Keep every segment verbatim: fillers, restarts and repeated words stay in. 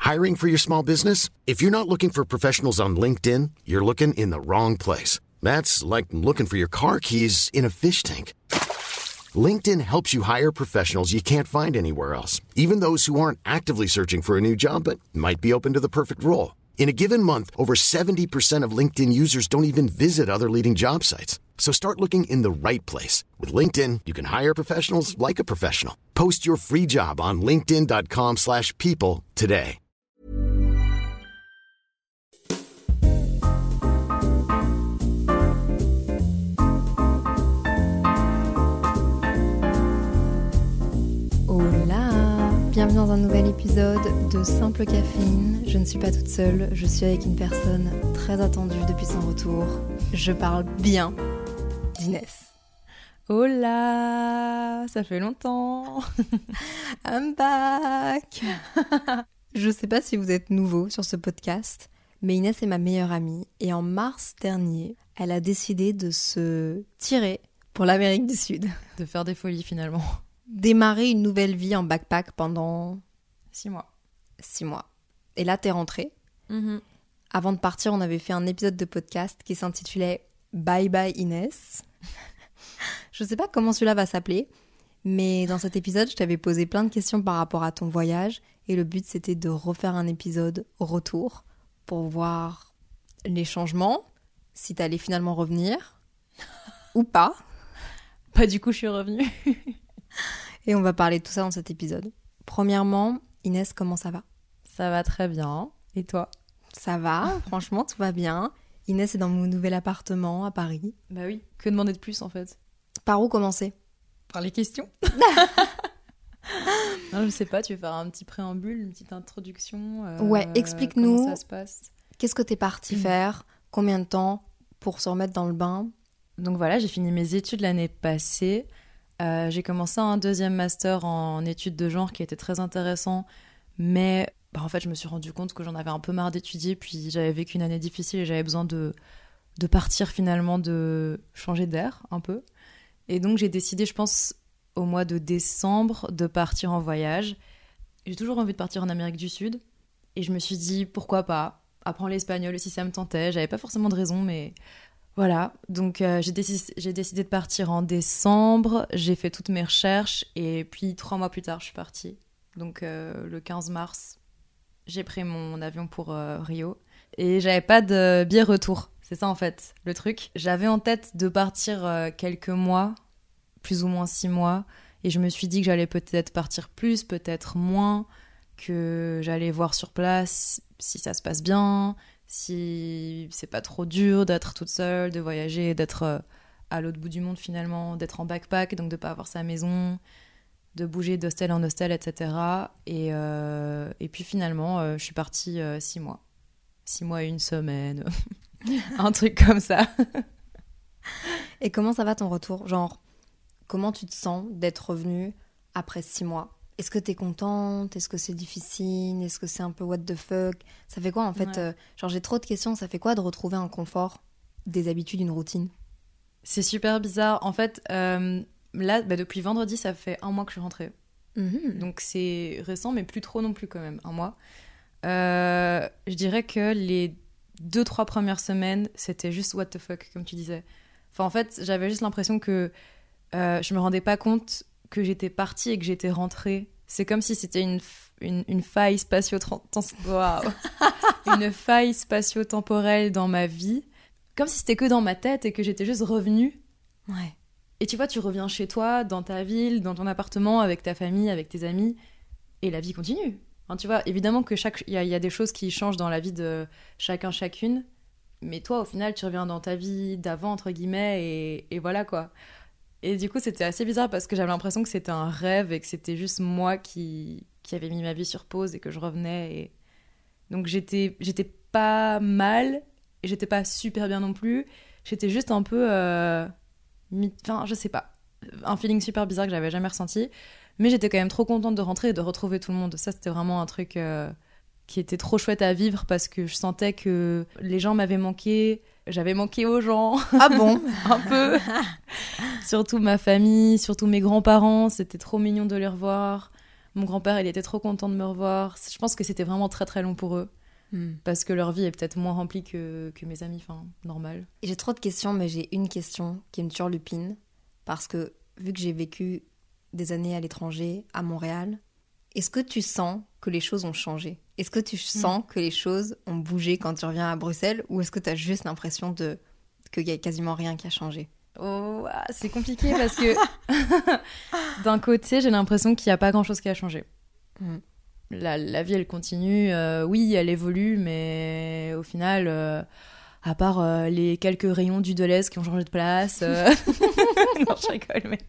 Hiring for your small business? If you're not looking for professionals on LinkedIn, you're looking in the wrong place. That's like looking for your car keys in a fish tank. LinkedIn helps you hire professionals you can't find anywhere else, even those who aren't actively searching for a new job but might be open to the perfect role. In a given month, over seventy percent of LinkedIn users don't even visit other leading job sites. So start looking in the right place. With LinkedIn, you can hire professionals like a professional. Post your free job on linkedin.com slash people today. Hola, bienvenue dans un nouvel épisode de Simple Caféine. Je ne suis pas toute seule, je suis avec une personne très attendue depuis son retour. Je parle bien d'Inès. Hola, ça fait longtemps. I'm back. Je sais pas si vous êtes nouveau sur ce podcast, mais Inès est ma meilleure amie et en mars dernier, elle a décidé de se tirer pour l'Amérique du Sud. De faire des folies finalement. Démarrer une nouvelle vie en backpack pendant Six mois. Six mois. Et là, t'es rentrée. Mm-hmm. Avant de partir, on avait fait un épisode de podcast qui s'intitulait Bye Bye Inès. Je sais pas comment celui-là va s'appeler, mais dans cet épisode, je t'avais posé plein de questions par rapport à ton voyage et le but, c'était de refaire un épisode retour pour voir les changements, si t'allais finalement revenir ou pas. Bah du coup, je suis revenue. Et on va parler de tout ça dans cet épisode. Premièrement, Inès, comment ça va ? Ça va très bien. Et toi ? Ça va, franchement, tout va bien. Inès est dans mon nouvel appartement à Paris. Bah oui, que demander de plus en fait ? Par où commencer ? Par les questions. Non, je sais pas, tu veux faire un petit préambule, une petite introduction euh, Ouais, explique-nous. Comment ça se passe ? Qu'est-ce que t'es partie faire ? Combien de temps pour se remettre dans le bain ? Donc voilà, j'ai fini mes études l'année passée. Euh, j'ai commencé un deuxième master en études de genre qui était très intéressant, mais bah, en fait je me suis rendu compte que j'en avais un peu marre d'étudier, puis j'avais vécu une année difficile et j'avais besoin de, de partir finalement, de changer d'air un peu. Et donc j'ai décidé, je pense, au mois de décembre, de partir en voyage. J'ai toujours envie de partir en Amérique du Sud, et je me suis dit pourquoi pas, apprendre l'espagnol si ça me tentait, j'avais pas forcément de raison, mais... Voilà, donc euh, j'ai, décidé, j'ai décidé de partir en décembre, j'ai fait toutes mes recherches et puis trois mois plus tard, je suis partie. Donc euh, le quinze mars, j'ai pris mon avion pour euh, Rio et j'avais pas de billet retour. C'est ça en fait, le truc. J'avais en tête de partir euh, quelques mois, plus ou moins six mois, et je me suis dit que j'allais peut-être partir plus, peut-être moins, que j'allais voir sur place si ça se passe bien, si c'est pas trop dur d'être toute seule, de voyager, d'être euh, à l'autre bout du monde finalement, d'être en backpack, donc de pas avoir sa maison, de bouger d'hostel en hostel, et cetera. Et, euh, et puis finalement, euh, je suis partie euh, six mois. Six mois et une semaine. Un truc comme ça. Et comment ça va ton retour ? Genre, comment tu te sens d'être revenue après six mois ? Est-ce que t'es contente ? Est-ce que c'est difficile ? Est-ce que c'est un peu what the fuck ? Ça fait quoi en fait ? Ouais. euh, Genre j'ai trop de questions, ça fait quoi de retrouver un confort, des habitudes, une routine ? C'est super bizarre. En fait, euh, là, bah, depuis vendredi, ça fait un mois que je suis rentrée. Mmh. Donc c'est récent, mais plus trop non plus quand même, un mois. Euh, je dirais que les deux, trois premières semaines, c'était juste what the fuck, comme tu disais. Enfin, en fait, j'avais juste l'impression que euh, je me rendais pas compte que j'étais partie et que j'étais rentrée. C'est comme si c'était une, f- une, une faille spatio-temporelle wow. Une faille spatio-temporelle dans ma vie. Comme si c'était que dans ma tête et que j'étais juste revenue. Ouais. Et tu vois, tu reviens chez toi, dans ta ville, dans ton appartement, avec ta famille, avec tes amis, et la vie continue. Enfin, tu vois, évidemment que chaque, il y, y a des choses qui changent dans la vie de chacun, chacune, mais toi, au final, tu reviens dans ta vie d'avant, entre guillemets, et, et voilà, quoi. Et du coup, c'était assez bizarre parce que j'avais l'impression que c'était un rêve et que c'était juste moi qui, qui avait mis ma vie sur pause et que je revenais. Et... Donc, j'étais, j'étais pas mal et j'étais pas super bien non plus. J'étais juste un peu... Euh... Enfin, je sais pas. Un feeling super bizarre que j'avais jamais ressenti. Mais j'étais quand même trop contente de rentrer et de retrouver tout le monde. Ça, c'était vraiment un truc euh, qui était trop chouette à vivre parce que je sentais que les gens m'avaient manqué. J'avais manqué aux gens. Ah bon? Un peu. Surtout ma famille, surtout mes grands-parents. C'était trop mignon de les revoir. Mon grand-père, il était trop content de me revoir. Je pense que c'était vraiment très très long pour eux. Mm. Parce que leur vie est peut-être moins remplie que, que mes amis, enfin, normal. Et j'ai trop de questions, mais j'ai une question qui me turlupine. Parce que, vu que j'ai vécu des années à l'étranger, à Montréal, est-ce que tu sens que les choses ont changé ? Est-ce que tu sens mm. que les choses ont bougé quand tu reviens à Bruxelles ? Ou est-ce que tu as juste l'impression de... qu'il y a quasiment rien qui a changé ? Oh, c'est compliqué parce que d'un côté, j'ai l'impression qu'il n'y a pas grand-chose qui a changé. Mm. La, la vie, elle continue. Euh, oui, elle évolue, mais au final, euh, à part euh, les quelques rayons du Deleuze qui ont changé de place... Euh... non, je rigole, mais...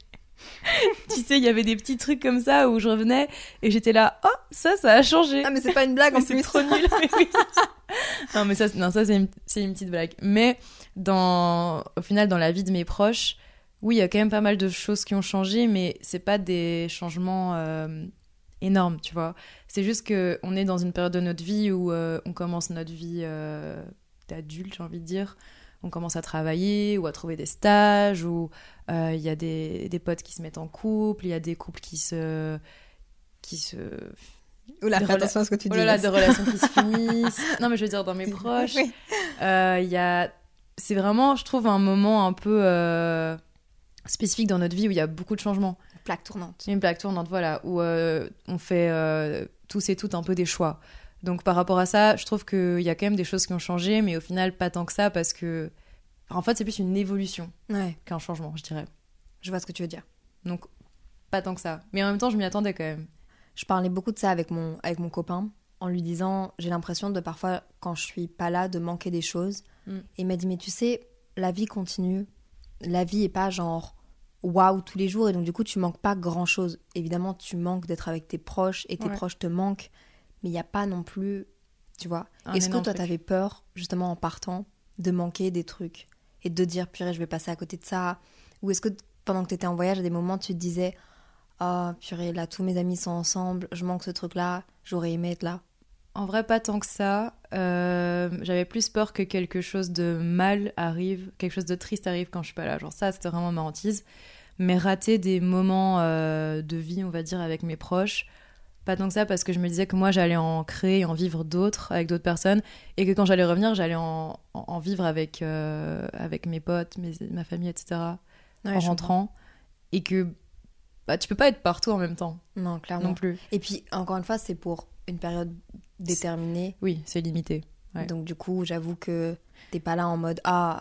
tu sais, il y avait des petits trucs comme ça où je revenais et j'étais là, oh, ça, ça a changé. Ah, mais c'est pas une blague en plus. C'est trop nul. Mais oui. Non, mais ça, non, ça c'est, une, c'est une petite blague. Mais dans, au final, dans la vie de mes proches, oui, il y a quand même pas mal de choses qui ont changé, mais c'est pas des changements euh, énormes, tu vois. C'est juste qu'on est dans une période de notre vie où euh, on commence notre vie euh, d'adulte, j'ai envie de dire. On commence à travailler ou à trouver des stages, ou il euh, y a des, des potes qui se mettent en couple, il y a des couples qui se... Qui se... Oula, fais attention à ce que tu dis. Oh là là, des relations qui se finissent. Non, mais je veux dire, dans mes proches, il oui. euh, y a... C'est vraiment, je trouve, un moment un peu euh, spécifique dans notre vie où il y a beaucoup de changements. Une plaque tournante. Une plaque tournante, voilà, où euh, on fait euh, tous et toutes un peu des choix. Donc par rapport à ça, je trouve qu'il y a quand même des choses qui ont changé, mais au final, pas tant que ça, parce que... En fait, c'est plus une évolution ouais. qu'un changement, je dirais. Je vois ce que tu veux dire. Donc, pas tant que ça. Mais en même temps, je m'y attendais quand même. Je parlais beaucoup de ça avec mon, avec mon copain, en lui disant, j'ai l'impression de parfois, quand je suis pas là, de manquer des choses. Mm. Et il m'a dit, mais tu sais, la vie continue. La vie est pas genre... waouh tous les jours, et donc du coup, tu manques pas grand-chose. Évidemment, tu manques d'être avec tes proches, et tes ouais. proches te manquent. Mais il n'y a pas non plus, tu vois. Un Est-ce que toi, truc. T'avais peur, justement, en partant, de manquer des trucs et de dire, purée, je vais passer à côté de ça? Ou est-ce que, pendant que t'étais en voyage, à des moments, tu te disais, oh, purée, là, tous mes amis sont ensemble, je manque ce truc-là, j'aurais aimé être là? En vrai, pas tant que ça. Euh, j'avais plus peur que quelque chose de mal arrive, quelque chose de triste arrive quand je suis pas là. Genre ça, c'était vraiment ma hantise. Mais rater des moments euh, de vie, on va dire, avec mes proches... Pas tant que ça, parce que je me disais que moi, j'allais en créer et en vivre d'autres, avec d'autres personnes, et que quand j'allais revenir, j'allais en, en, en vivre avec, euh, avec mes potes, mes, ma famille, et cetera, ouais, en rentrant. Comprends. Et que bah, tu peux pas être partout en même temps. Non, clairement. Non plus. Et puis, encore une fois, c'est pour une période déterminée. Oui, c'est limité. Ouais. Donc, du coup, j'avoue que t'es pas là en mode, ah,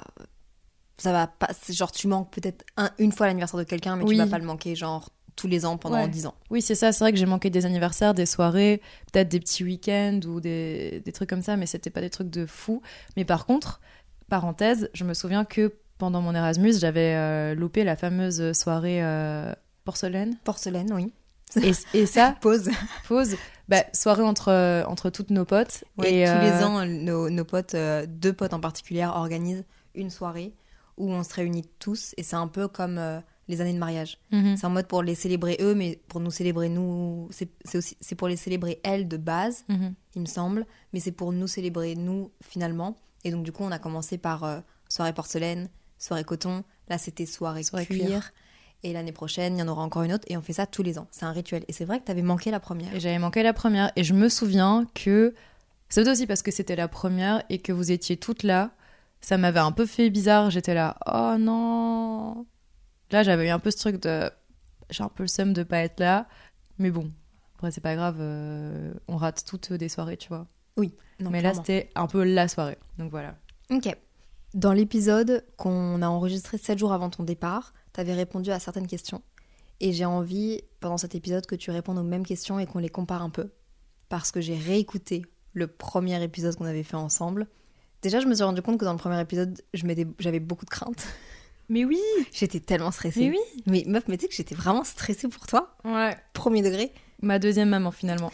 ça va pas... Genre, tu manques peut-être un, une fois l'anniversaire de quelqu'un, mais oui. tu vas pas le manquer, genre... tous les ans pendant ouais. dix ans. Oui, c'est ça. C'est vrai que j'ai manqué des anniversaires, des soirées, peut-être des petits week-ends ou des, des trucs comme ça, mais c'était pas des trucs de fou. Mais par contre, parenthèse, je me souviens que pendant mon Erasmus, j'avais euh, loupé la fameuse soirée euh, porcelaine. Porcelaine, oui. Et, et ça... Pause. Pause. Bah, soirée entre, euh, entre toutes nos potes. Ouais, et, tous euh... les ans, nos, nos potes, euh, deux potes en particulier, organisent une soirée où on se réunit tous. Et c'est un peu comme... Euh, les années de mariage. Mm-hmm. C'est en mode pour les célébrer eux, mais pour nous célébrer nous, c'est, c'est, aussi, c'est pour les célébrer elles de base, mm-hmm. il me semble, mais c'est pour nous célébrer nous finalement. Et donc du coup, on a commencé par euh, soirée porcelaine, soirée coton, là c'était soirée, soirée cuir, cuir, et l'année prochaine, il y en aura encore une autre, et on fait ça tous les ans. C'est un rituel. Et c'est vrai que t'avais manqué la première. Et j'avais manqué la première, et je me souviens que, c'est peut-être aussi parce que c'était la première, et que vous étiez toutes là, ça m'avait un peu fait bizarre, j'étais là, oh non... Là, j'avais eu un peu ce truc de... J'ai un peu le seum de pas être là. Mais bon, après, c'est pas grave. Euh, on rate toutes des soirées, tu vois. Oui. Non, mais clairement. Là, c'était un peu la soirée. Donc voilà. Ok. Dans l'épisode qu'on a enregistré sept jours avant ton départ, t'avais répondu à certaines questions. Et j'ai envie, pendant cet épisode, que tu répondes aux mêmes questions et qu'on les compare un peu. Parce que j'ai réécouté le premier épisode qu'on avait fait ensemble. Déjà, je me suis rendu compte que dans le premier épisode, je m'étais... j'avais beaucoup de craintes. Mais oui! J'étais tellement stressée. Mais oui! Mais meuf, mais tu sais que j'étais vraiment stressée pour toi? Ouais. Premier degré. Ma deuxième maman, finalement.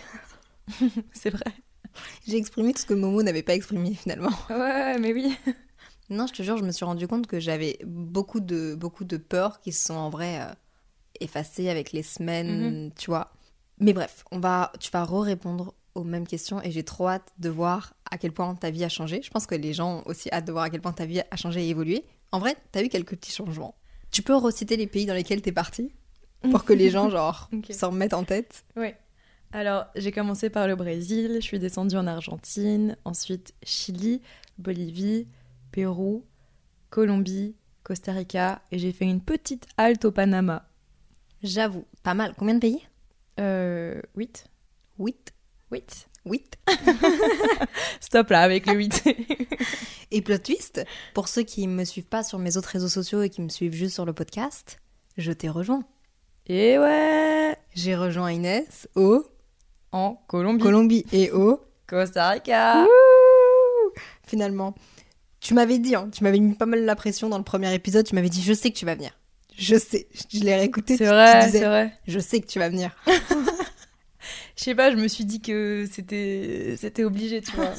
C'est vrai. J'ai exprimé tout ce que Momo n'avait pas exprimé, finalement. Ouais, mais oui. Non, je te jure, je me suis rendu compte que j'avais beaucoup de, beaucoup de peurs qui se sont en vrai euh, effacées avec les semaines, mm-hmm. tu vois. Mais bref, on va, tu vas re-répondre aux mêmes questions et j'ai trop hâte de voir à quel point ta vie a changé. Je pense que les gens ont aussi hâte de voir à quel point ta vie a changé et évolué. En vrai, t'as eu quelques petits changements. Tu peux reciter les pays dans lesquels t'es partie pour que les gens, genre, okay. s'en remettent en tête? Ouais. Alors, j'ai commencé par le Brésil, je suis descendue en Argentine, ensuite Chili, Bolivie, Pérou, Colombie, Costa Rica, et j'ai fait une petite halte au Panama. J'avoue, pas mal. Combien de pays? Euh... huit. huit. huit. huit. Stop là avec le huit. Et plot twist, pour ceux qui me suivent pas sur mes autres réseaux sociaux et qui me suivent juste sur le podcast, je t'ai rejoint. Et ouais, j'ai rejoint Inès au... en Colombie. Colombie et au... Costa Rica. Wouh. Finalement, tu m'avais dit, hein, tu m'avais mis pas mal la pression dans le premier épisode, tu m'avais dit, je sais que tu vas venir. Je sais, je l'ai réécouté. C'est tu, vrai, tu disais, c'est vrai. Je sais que tu vas venir. Je sais pas, je me suis dit que c'était, c'était obligé, tu vois.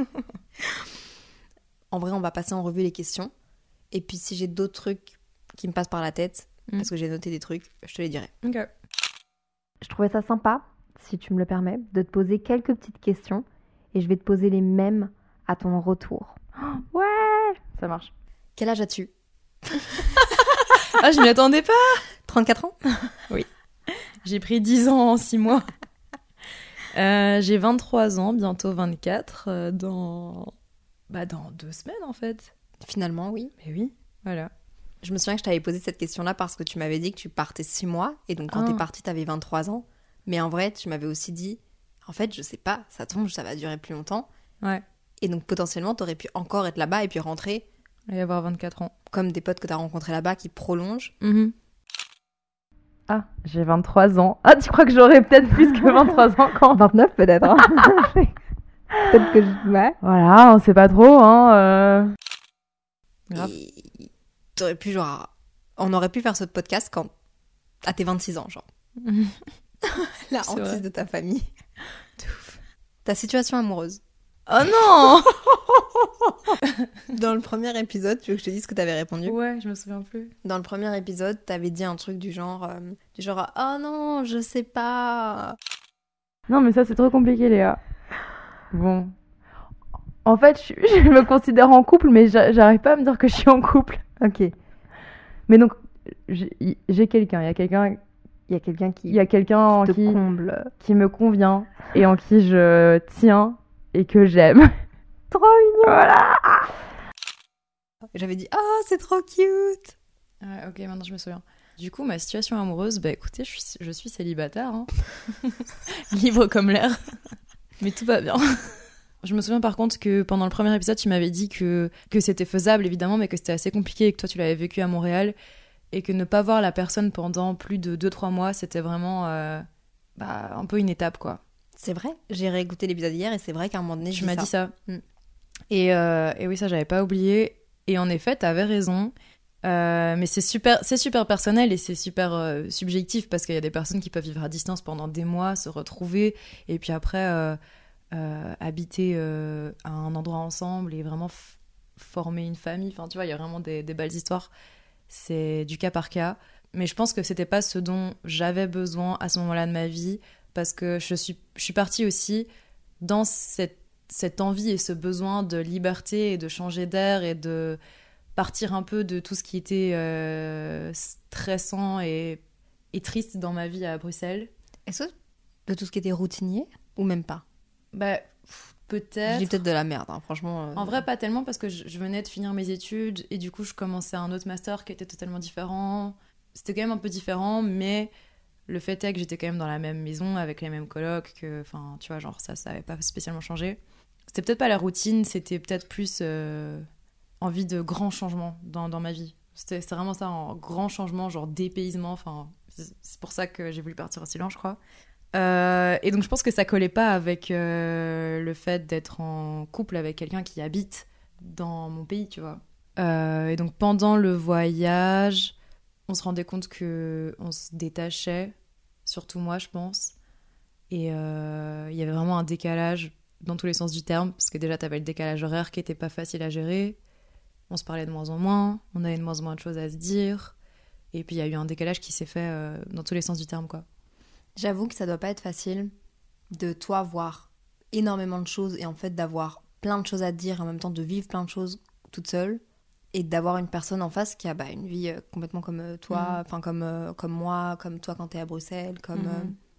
En vrai, on va passer en revue les questions. Et puis, si j'ai d'autres trucs qui me passent par la tête, mm. parce que j'ai noté des trucs, je te les dirai. Ok. Je trouvais ça sympa, si tu me le permets, de te poser quelques petites questions. Et je vais te poser les mêmes à ton retour. Oh, ouais, ça marche. Quel âge as-tu? Ah, je m'y attendais pas. trente-quatre ans? Oui. J'ai pris dix ans en six mois. Euh, j'ai vingt-trois ans, bientôt vingt-quatre, euh, dans... Bah, dans deux semaines, en fait. Finalement, oui. Mais oui, voilà. Je me souviens que je t'avais posé cette question-là parce que tu m'avais dit que tu partais six mois. Et donc, quand ah. t'es partie, t'avais vingt-trois ans. Mais en vrai, tu m'avais aussi dit, en fait, je sais pas, ça tombe, ça va durer plus longtemps. Ouais. Et donc, potentiellement, t'aurais pu encore être là-bas et puis rentrer. Et avoir vingt-quatre ans. Comme des potes que t'as rencontrés là-bas qui prolongent. Mm-hmm. Ah, j'ai vingt-trois ans. Ah, tu crois que j'aurais peut-être plus que vingt-trois ans quand... vingt-neuf peut-être. Hein. Peut-être que je... Ouais. Voilà, on sait pas trop. Hein, euh... Grave. Et... T'aurais pu, genre... On aurait pu faire ce podcast quand... À tes vingt-six ans, genre. La hantise de ta famille. Ouf. Ta situation amoureuse. Oh non. Dans le premier épisode, tu veux que je te dise ce que t'avais répondu? Ouais, je me souviens plus. Dans le premier épisode, t'avais dit un truc du genre... Euh, du genre, oh non, je sais pas. Non, mais ça, c'est trop compliqué, Léa. Bon. En fait, je, je me considère en couple, mais j'arrive pas à me dire que je suis en couple. Ok. Mais donc, j'ai, j'ai quelqu'un. Il y a quelqu'un... Il y a quelqu'un qui... Il y a quelqu'un qui, te qui, comble. Qui me convient et en qui je tiens et que j'aime. Trop mignon. Voilà. J'avais dit, oh, c'est trop cute. Ouais, ok, maintenant je me souviens. Du coup, ma situation amoureuse, bah écoutez, je suis, je suis célibataire. Hein. Libre comme l'air. Mais tout va bien. Je me souviens par contre que pendant le premier épisode, tu m'avais dit que, que c'était faisable, évidemment, mais que c'était assez compliqué et que toi, tu l'avais vécu à Montréal. Et que ne pas voir la personne pendant plus de deux trois mois, c'était vraiment euh, bah, un peu une étape, quoi. C'est vrai. J'ai réécouté l'épisode hier et c'est vrai qu'à un moment donné, tu m'as ça. dit ça. Mm. Et, euh, et oui, ça, j'avais pas oublié. Et en effet, t'avais raison. Euh, mais c'est super, c'est super personnel et c'est super euh, subjectif parce qu'il y a des personnes qui peuvent vivre à distance pendant des mois, se retrouver et puis après euh, euh, habiter euh, à un endroit ensemble et vraiment f- former une famille. Enfin, tu vois, il y a vraiment des, des belles histoires. C'est du cas par cas. Mais je pense que c'était pas ce dont j'avais besoin à ce moment-là de ma vie parce que je suis, je suis partie aussi dans cette, cette envie et ce besoin de liberté et de changer d'air et de partir un peu de tout ce qui était euh, stressant et, et triste dans ma vie à Bruxelles. Est-ce que de tout ce qui était routinier ou même pas? Bah, peut-être. Je dis peut-être de la merde, hein, franchement. Euh... En vrai, pas tellement parce que je, je venais de finir mes études et du coup, je commençais un autre master qui était totalement différent. C'était quand même un peu différent, mais le fait est que j'étais quand même dans la même maison avec les mêmes colocs, que, enfin, tu vois, genre ça, ça avait pas spécialement changé. C'était peut-être pas la routine, c'était peut-être plus euh, envie de grands changements dans, dans ma vie. C'était, c'était vraiment ça, un grand changement, genre dépaysement. Enfin, c'est, c'est pour ça que j'ai voulu partir aussi loin, je crois. Euh, et donc je pense que ça collait pas avec euh, le fait d'être en couple avec quelqu'un qui habite dans mon pays, tu vois. Euh, et donc pendant le voyage, on se rendait compte que on se détachait, surtout moi, je pense. Et il euh, y avait vraiment un décalage dans tous les sens du terme, parce que déjà t'avais le décalage horaire qui était pas facile à gérer. On se parlait de moins en moins, on avait de moins en moins de choses à se dire. Et puis il y a eu un décalage qui s'est fait euh, dans tous les sens du terme, quoi. J'avoue que ça doit pas être facile de toi voir énormément de choses et en fait d'avoir plein de choses à te dire et en même temps de vivre plein de choses toute seule et d'avoir une personne en face qui a bah, une vie euh, complètement comme euh, toi, enfin mmh. comme, euh, comme moi, comme toi quand t'es à Bruxelles, comme mmh. euh,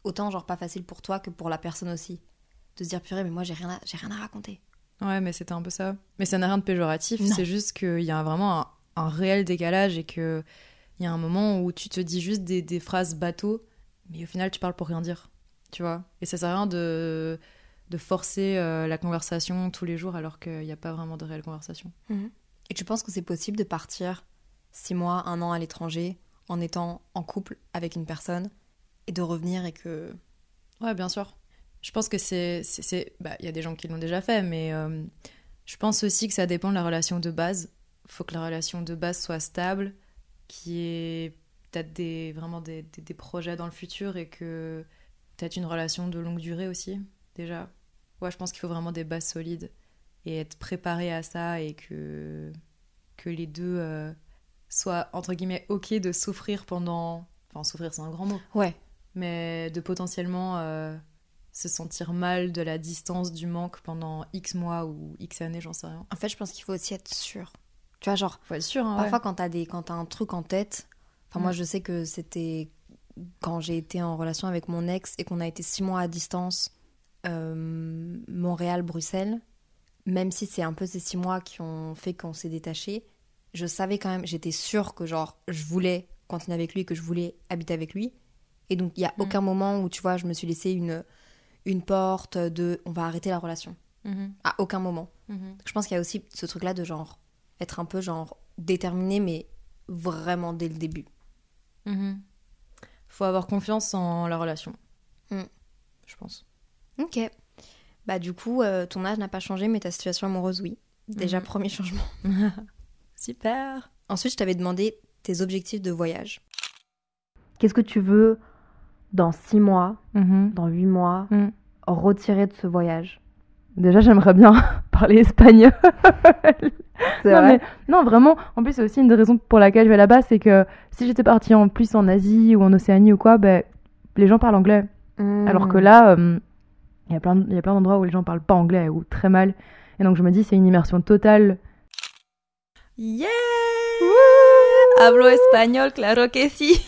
autant genre pas facile pour toi que pour la personne aussi. De se dire, purée, mais moi j'ai rien à, j'ai rien à raconter. Ouais, mais c'était un peu ça. Mais ça n'a rien de péjoratif, Non. c'est juste qu'il y a vraiment un, un réel décalage et qu'il y a un moment où tu te dis juste des, des phrases bateaux, mais au final tu parles pour rien dire, tu vois. Et ça sert à rien de, de forcer euh, la conversation tous les jours alors qu'il n'y a pas vraiment de réelle conversation. Mmh. Et tu penses que c'est possible de partir six mois, un an à l'étranger en étant en couple avec une personne et de revenir et que... Ouais, bien sûr. Je pense que c'est... c'est, c'est... Bah, y a des gens qui l'ont déjà fait, mais euh, je pense aussi que ça dépend de la relation de base. Il faut que la relation de base soit stable, qu'il y ait peut-être des, vraiment des, des, des projets dans le futur et que peut-être une relation de longue durée aussi, déjà. Ouais, je pense qu'il faut vraiment des bases solides et être préparé à ça et que, que les deux euh, soient, entre guillemets, OK de souffrir pendant... Enfin, souffrir, c'est un grand mot. Ouais. Mais de potentiellement euh, se sentir mal de la distance, du manque pendant X mois ou X années, j'en sais rien. En fait, je pense qu'il faut aussi être sûr. Tu vois, genre, Faut être sûr, hein, parfois ouais. quand t'as des, quand t'as un truc en tête... Enfin, Mm. moi, je sais que c'était quand j'ai été en relation avec mon ex et qu'on a été six mois à distance, euh, Montréal-Bruxelles, même si c'est un peu ces six mois qui ont fait qu'on s'est détaché, je savais quand même, j'étais sûre que genre je voulais continuer avec lui, que je voulais habiter avec lui. Et donc il y a Mm. aucun moment où tu vois, je me suis laissé une une porte de on va arrêter la relation. Mhm. À aucun moment. Mhm. Je pense qu'il y a aussi ce truc là de genre être un peu genre déterminé, mais vraiment dès le début. Mhm. Faut avoir confiance en la relation. Mm. Je pense. Ok. Bah du coup, euh, ton âge n'a pas changé, mais ta situation amoureuse, oui. Déjà, Mhm. premier changement. Super. Ensuite, je t'avais demandé tes objectifs de voyage. Qu'est-ce que tu veux dans six mois, Mhm. dans huit mois, Mm. retirer de ce voyage? Déjà, j'aimerais bien parler espagnol. C'est non, vrai mais, non, vraiment. En plus, c'est aussi une des raisons pour laquelle je vais là-bas, c'est que si j'étais partie en plus en Asie ou en Océanie ou quoi, ben, les gens parlent anglais. Mmh. Alors que là, euh, il y a plein, il y a plein d'endroits où les gens parlent pas anglais ou très mal. Et donc, je me dis, c'est une immersion totale. Yeah! Hablo espagnol, claro que si.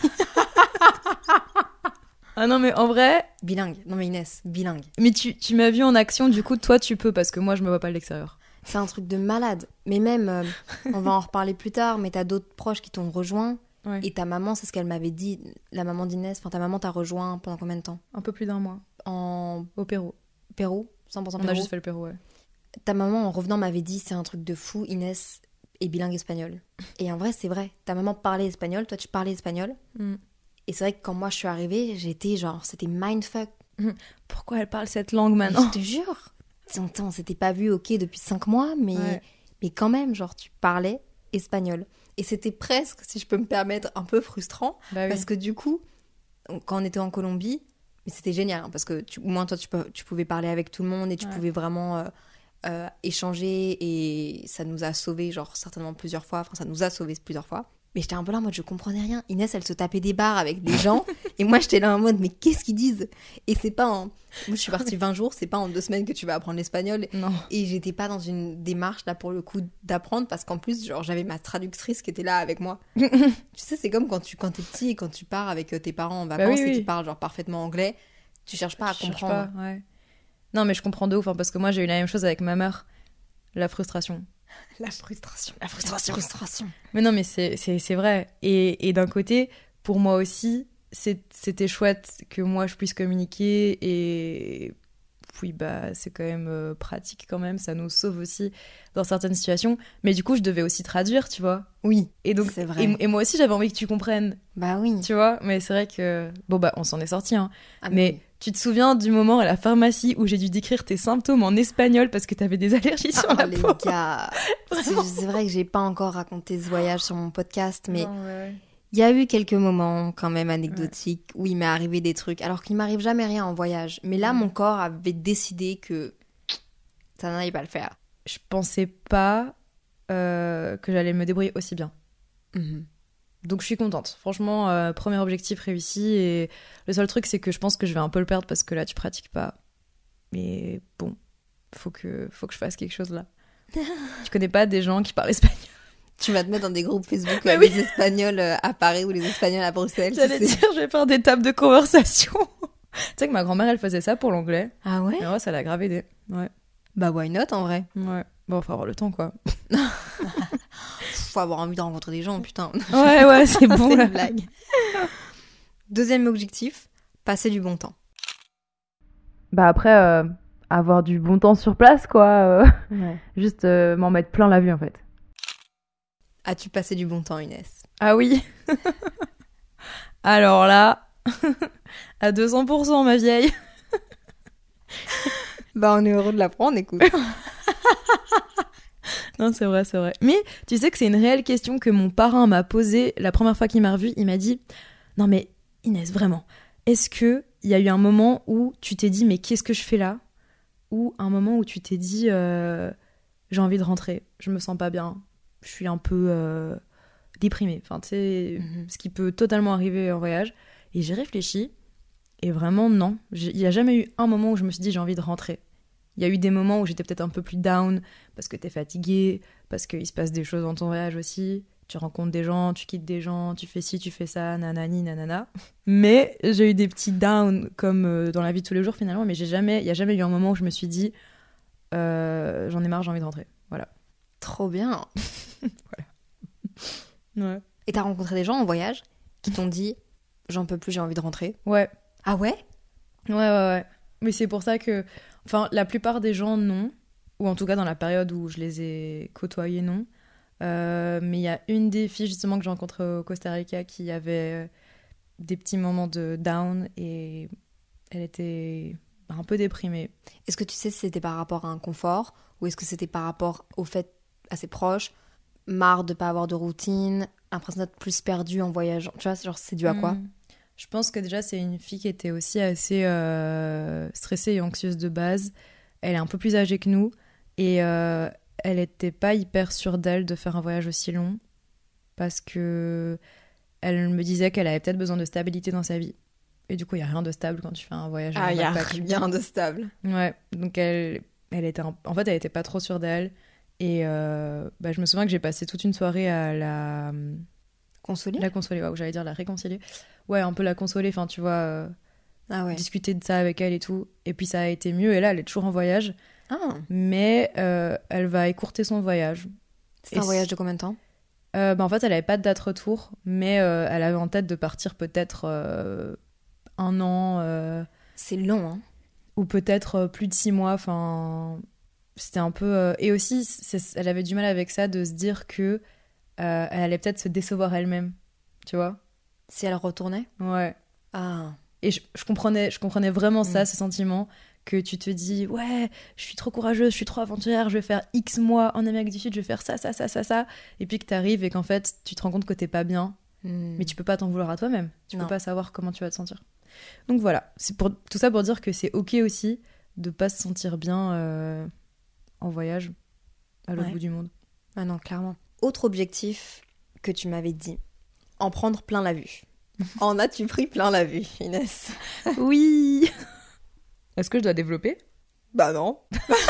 Ah non, mais en vrai, Bilingue. Non mais Inès, bilingue. mais tu, tu m'as vu en action, du coup, toi, tu peux, parce que moi, je me vois pas de l'extérieur. C'est un truc de malade. Mais même, euh, on va en reparler plus tard, mais t'as d'autres proches qui t'ont rejoint. Ouais. Et ta maman, c'est ce qu'elle m'avait dit, la maman d'Inès, enfin ta maman t'a rejoint pendant combien de temps? Un peu plus d'un mois. En Au Pérou. Pérou? cent pour cent On Pérou? a juste fait le Pérou, ouais. Ta maman, en revenant, m'avait dit, c'est un truc de fou, Inès est bilingue espagnol. Et en vrai, c'est vrai. Ta maman parlait espagnol, toi tu parlais espagnol. Mm. Et c'est vrai que quand moi je suis arrivée, j'étais genre, c'était mindfuck. Pourquoi elle parle cette langue Mais maintenant? je te jure. On, on s'était pas vu, ok, depuis cinq mois, mais, Ouais. mais quand même, genre, tu parlais espagnol. Et c'était presque, si je peux me permettre, un peu frustrant. Bah oui. Parce que du coup, on- quand on était en Colombie, mais c'était génial, hein, parce que tu, au moins toi, tu, peux- tu pouvais parler avec tout le monde et tu Ouais. pouvais vraiment euh, euh, échanger. Et ça nous a sauvés, genre, certainement plusieurs fois. Enfin, ça nous a sauvés plusieurs fois. Mais j'étais un peu là en mode, je comprenais rien. Inès, elle se tapait des barres avec des gens. Et moi, j'étais là en mode, mais qu'est-ce qu'ils disent? Et c'est pas en... Moi, je suis partie vingt jours, c'est pas en deux semaines que tu vas apprendre l'espagnol. Non. Et j'étais pas dans une démarche, là, pour le coup, d'apprendre. Parce qu'en plus, genre, j'avais ma traductrice qui était là avec moi. Tu sais, c'est comme quand tu quand t'es petit et quand tu pars avec euh, tes parents en vacances Bah oui, et oui. qu'ils parlent, genre, parfaitement anglais. Tu cherches pas à Je cherche comprendre. pas, ouais. Non, mais je comprends de ouf, hein, parce que moi, j'ai eu la même chose avec ma mère. La frustration. La frustration. La frustration. La frustration. Mais non, mais c'est, c'est, c'est vrai. Et, et d'un côté, pour moi aussi, c'est, c'était chouette que moi, je puisse communiquer. Et puis, bah, c'est quand même euh, pratique quand même. Ça nous sauve aussi dans certaines situations. Mais du coup, je devais aussi traduire, tu vois. Oui, Et donc, c'est vrai. Et, et moi aussi, j'avais envie que tu comprennes, Bah oui. tu vois. Mais c'est vrai que... Bon, bah, on s'en est sortis, hein. Ah, Mais tu te souviens du moment à la pharmacie où j'ai dû décrire tes symptômes en espagnol parce que t'avais des allergies sur Ah, la les peau? gars. C'est c'est vrai que j'ai pas encore raconté ce voyage sur mon podcast, mais Non, ouais. il y a eu quelques moments quand même anecdotiques où il m'est arrivé des trucs, alors qu'il m'arrive jamais rien en voyage. Mais là, Mm. mon corps avait décidé que ça n'allait pas le faire. Je pensais pas euh, que j'allais me débrouiller aussi bien. Mhm. Donc je suis contente. Franchement, euh, premier objectif réussi. Et le seul truc, c'est que je pense que je vais un peu le perdre parce que là, tu pratiques pas. Mais bon, faut que, faut que je fasse quelque chose là. Tu connais pas des gens qui parlent espagnol? Tu vas te mettre dans des groupes Facebook Mais euh, oui. les Espagnols euh, à Paris ou les Espagnols à Bruxelles. tu J'allais sais. dire, je vais faire des tables de conversation sais que ma grand-mère, elle faisait ça pour l'anglais. Ah ouais? Et ouais, ça l'a grave aidé. Ouais. Bah why not en vrai? Ouais. Bon, faut avoir le temps, quoi. Faut avoir envie de rencontrer des gens, putain. Ouais, ouais, c'est bon. C'est là. une blague. Deuxième objectif, passer du bon temps. Bah après, euh, avoir du bon temps sur place, quoi. euh, Ouais. Juste euh, m'en mettre plein la vue, en fait. As-tu passé du bon temps, Inès? Ah oui. Alors là, à deux cents pour cent, ma vieille. Bah on est heureux de l'apprendre, écoute. Non, c'est vrai, c'est vrai. Mais tu sais que c'est une réelle question que mon parrain m'a posée la première fois qu'il m'a revue. Il m'a dit « Non mais Inès, vraiment, est-ce qu'il y a eu un moment où tu t'es dit « Mais qu'est-ce que je fais là ?» Ou un moment où tu t'es dit euh, « J'ai envie de rentrer, je me sens pas bien, je suis un peu euh, déprimée. » Enfin, tu sais, Mhm. ce qui peut totalement arriver en voyage. Et j'ai réfléchi et vraiment non. J'ai- Il n'y a jamais eu un moment où je me suis dit « J'ai envie de rentrer ». Il y a eu des moments où j'étais peut-être un peu plus down parce que t'es fatigué, parce qu'il se passe des choses dans ton voyage aussi. Tu rencontres des gens, tu quittes des gens, tu fais ci, tu fais ça, nanani, nanana. Mais j'ai eu des petits downs comme euh, dans la vie de tous les jours finalement, mais j'ai jamais, il n'y a jamais eu un moment où je me suis dit euh, j'en ai marre, j'ai envie de rentrer. Voilà. Trop bien. Ouais. Et t'as rencontré des gens en voyage qui t'ont dit j'en peux plus, j'ai envie de rentrer. Ouais. Ah ouais? Ouais, ouais, ouais. Mais c'est pour ça que, enfin, la plupart des gens, non. Ou en tout cas, dans la période où je les ai côtoyés, non. Euh, mais il y a une des filles, justement, que j'ai rencontrées au Costa Rica qui avait des petits moments de down et elle était un peu déprimée. Est-ce que tu sais si c'était par rapport à un confort ou est-ce que c'était par rapport au fait à ses proches, marre de pas avoir de routine, l'impression d'être plus perdue en voyageant? Tu vois, genre c'est dû à quoi? Hmm. Je pense que déjà, c'est une fille qui était aussi assez euh, stressée et anxieuse de base. Elle est un peu plus âgée que nous et euh, elle n'était pas hyper sûre d'elle de faire un voyage aussi long parce que elle me disait qu'elle avait peut-être besoin de stabilité dans sa vie. Et du coup, il n'y a rien de stable quand tu fais un voyage. Ah, en il y a backpack. rien de stable. Ouais, donc elle, elle était un- en fait, elle n'était pas trop sûre d'elle. Et euh, bah, je me souviens que j'ai passé toute une soirée à la... Consolée? La consoler, ouais, ou j'allais dire la réconcilier. Ouais, un peu la consoler, enfin, tu vois, euh, Ah ouais. discuter de ça avec elle et tout. Et puis ça a été mieux. Et là, elle est toujours en voyage. Ah, Mais euh, elle va écourter son voyage. c'est Et un voyage c- de combien de temps? Euh, bah, en fait, elle n'avait pas de date retour. Mais euh, elle avait en tête de partir peut-être euh, un an. euh, C'est long, hein. ou peut-être euh, plus de six mois. Enfin, c'était un peu. euh, Et aussi, c'est- elle avait du mal avec ça de se dire que euh, elle allait peut-être se décevoir elle-même. Tu vois? Si elle retournait? Ouais. Ah. Et je, je comprenais, je comprenais vraiment ça, Mm. ce sentiment que tu te dis ouais, je suis trop courageuse, je suis trop aventurière, je vais faire X mois en Amérique du Sud, je vais faire ça, ça, ça, ça, ça. Et puis que t'arrives et qu'en fait, tu te rends compte que t'es pas bien, Hmm. mais tu peux pas t'en vouloir à toi-même. Tu Non. peux pas savoir comment tu vas te sentir. Donc voilà, c'est pour tout ça pour dire que c'est ok aussi de pas se sentir bien euh, en voyage à l'autre Ouais. bout du monde. Ah non, clairement. Autre objectif que tu m'avais dit, en prendre plein la vue. En as-tu pris plein la vue, Inès? Oui. Est-ce que je dois développer? Bah non.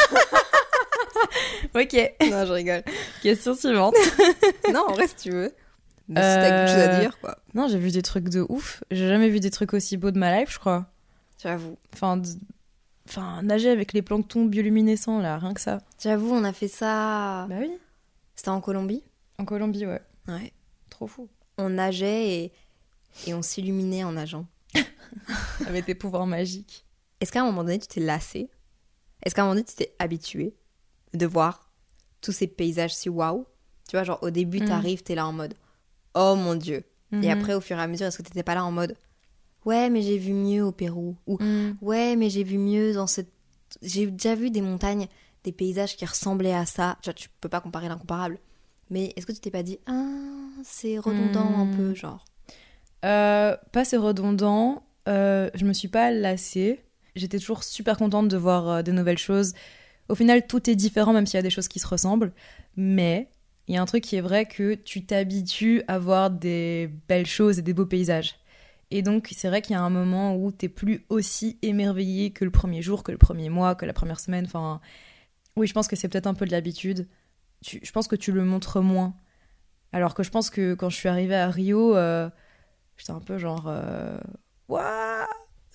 Ok. Non, je rigole. Question suivante. Non, en vrai, si tu veux. Mais si t'as quelque chose à Euh, dire, quoi. Non, j'ai vu des trucs de ouf. J'ai jamais vu des trucs aussi beaux de ma life, je crois. J'avoue. Enfin, de- enfin nager avec les planctons bioluminescents, là, rien que ça. J'avoue, on a fait ça... Bah oui. C'était en Colombie? En Colombie, ouais. Ouais. Trop fou. On nageait et, et on s'illuminait en nageant. Avec tes pouvoirs magiques. Est-ce qu'à un moment donné, tu t'es lassé? Est-ce qu'à un moment donné, tu t'es habitué de voir tous ces paysages si waouh? Tu vois, genre au début, Mm. t'arrives, t'es là en mode oh mon Dieu. Et Mhm. après, au fur et à mesure, est-ce que t'étais pas là en mode ouais, mais j'ai vu mieux au Pérou? Ou Mm. ouais, mais j'ai vu mieux dans cette. J'ai déjà vu des montagnes, des paysages qui ressemblaient à ça. Tu vois, tu peux pas comparer l'incomparable. Mais est-ce que tu t'es pas dit ah, c'est redondant Mm. un peu, genre? Euh, pas c'est redondant. Euh, je me suis pas lassée. J'étais toujours super contente de voir euh, des nouvelles choses. Au final, tout est différent, même s'il y a des choses qui se ressemblent. Mais il y a un truc qui est vrai, que tu t'habitues à voir des belles choses et des beaux paysages. Et donc, c'est vrai qu'il y a un moment où t'es plus aussi émerveillé que le premier jour, que le premier mois, que la première semaine. Enfin, oui, je pense que c'est peut-être un peu de l'habitude. Tu- je pense que tu le montres moins. Alors que je pense que quand je suis arrivée à Rio, euh, j'étais un peu genre... Euh... Waouh,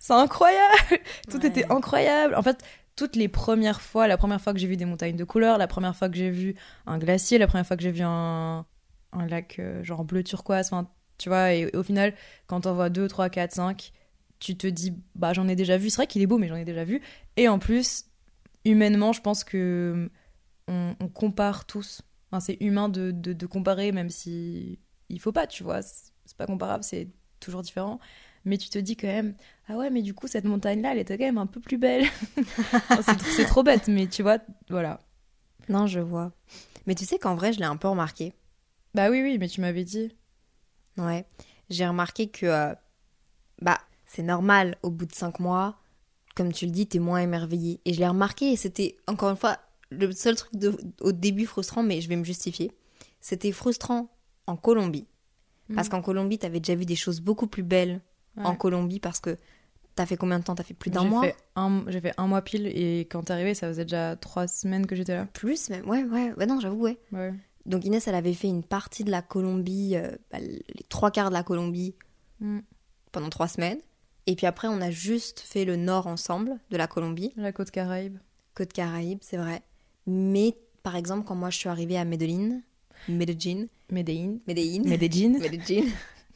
c'est incroyable. Tout Ouais. était incroyable. En fait, toutes les premières fois, la première fois que j'ai vu des montagnes de couleurs, la première fois que j'ai vu un glacier, la première fois que j'ai vu un, un lac euh, genre bleu turquoise, enfin, tu vois, et, et au final, quand t'en vois deux, trois, quatre, cinq, tu te dis, bah j'en ai déjà vu. C'est vrai qu'il est beau, mais j'en ai déjà vu. Et en plus, humainement, je pense que on, on compare tous. Enfin, c'est humain de, de, de comparer, même si il faut pas, tu vois. C'est, c'est pas comparable, c'est toujours différent. Mais tu te dis quand même, ah ouais, mais du coup, cette montagne-là, elle était quand même un peu plus belle. Enfin, c'est, c'est trop bête, mais tu vois, voilà. Non, je vois. Mais tu sais qu'en vrai, je l'ai un peu remarqué. Bah oui, oui, mais tu m'avais dit. Ouais. J'ai remarqué que, euh, bah, c'est normal, au bout de cinq mois, comme tu le dis, t'es moins émerveillé. Et je l'ai remarqué, et c'était, encore une fois, le seul truc de, au début frustrant, mais je vais me justifier. C'était frustrant en Colombie. Parce Mm. qu'en Colombie, t'avais déjà vu des choses beaucoup plus belles Ouais. en Colombie, parce que t'as fait combien de temps? T'as fait plus d'un J'ai mois? fait un, j'ai fait un mois pile, et quand t'es arrivé, ça faisait déjà trois semaines que j'étais là. Plus même, ouais, ouais, ouais, non, j'avoue, ouais. Ouais. Donc Inès, elle avait fait une partie de la Colombie, euh, bah, les trois quarts de la Colombie, Mm. pendant trois semaines. Et puis après, on a juste fait le nord ensemble de la Colombie. La côte Caraïbe. Côte Caraïbe, c'est vrai. Mais par exemple, quand moi je suis arrivée à Medellín, Medellín, Medellín. Medellín, Medellín. Medellín,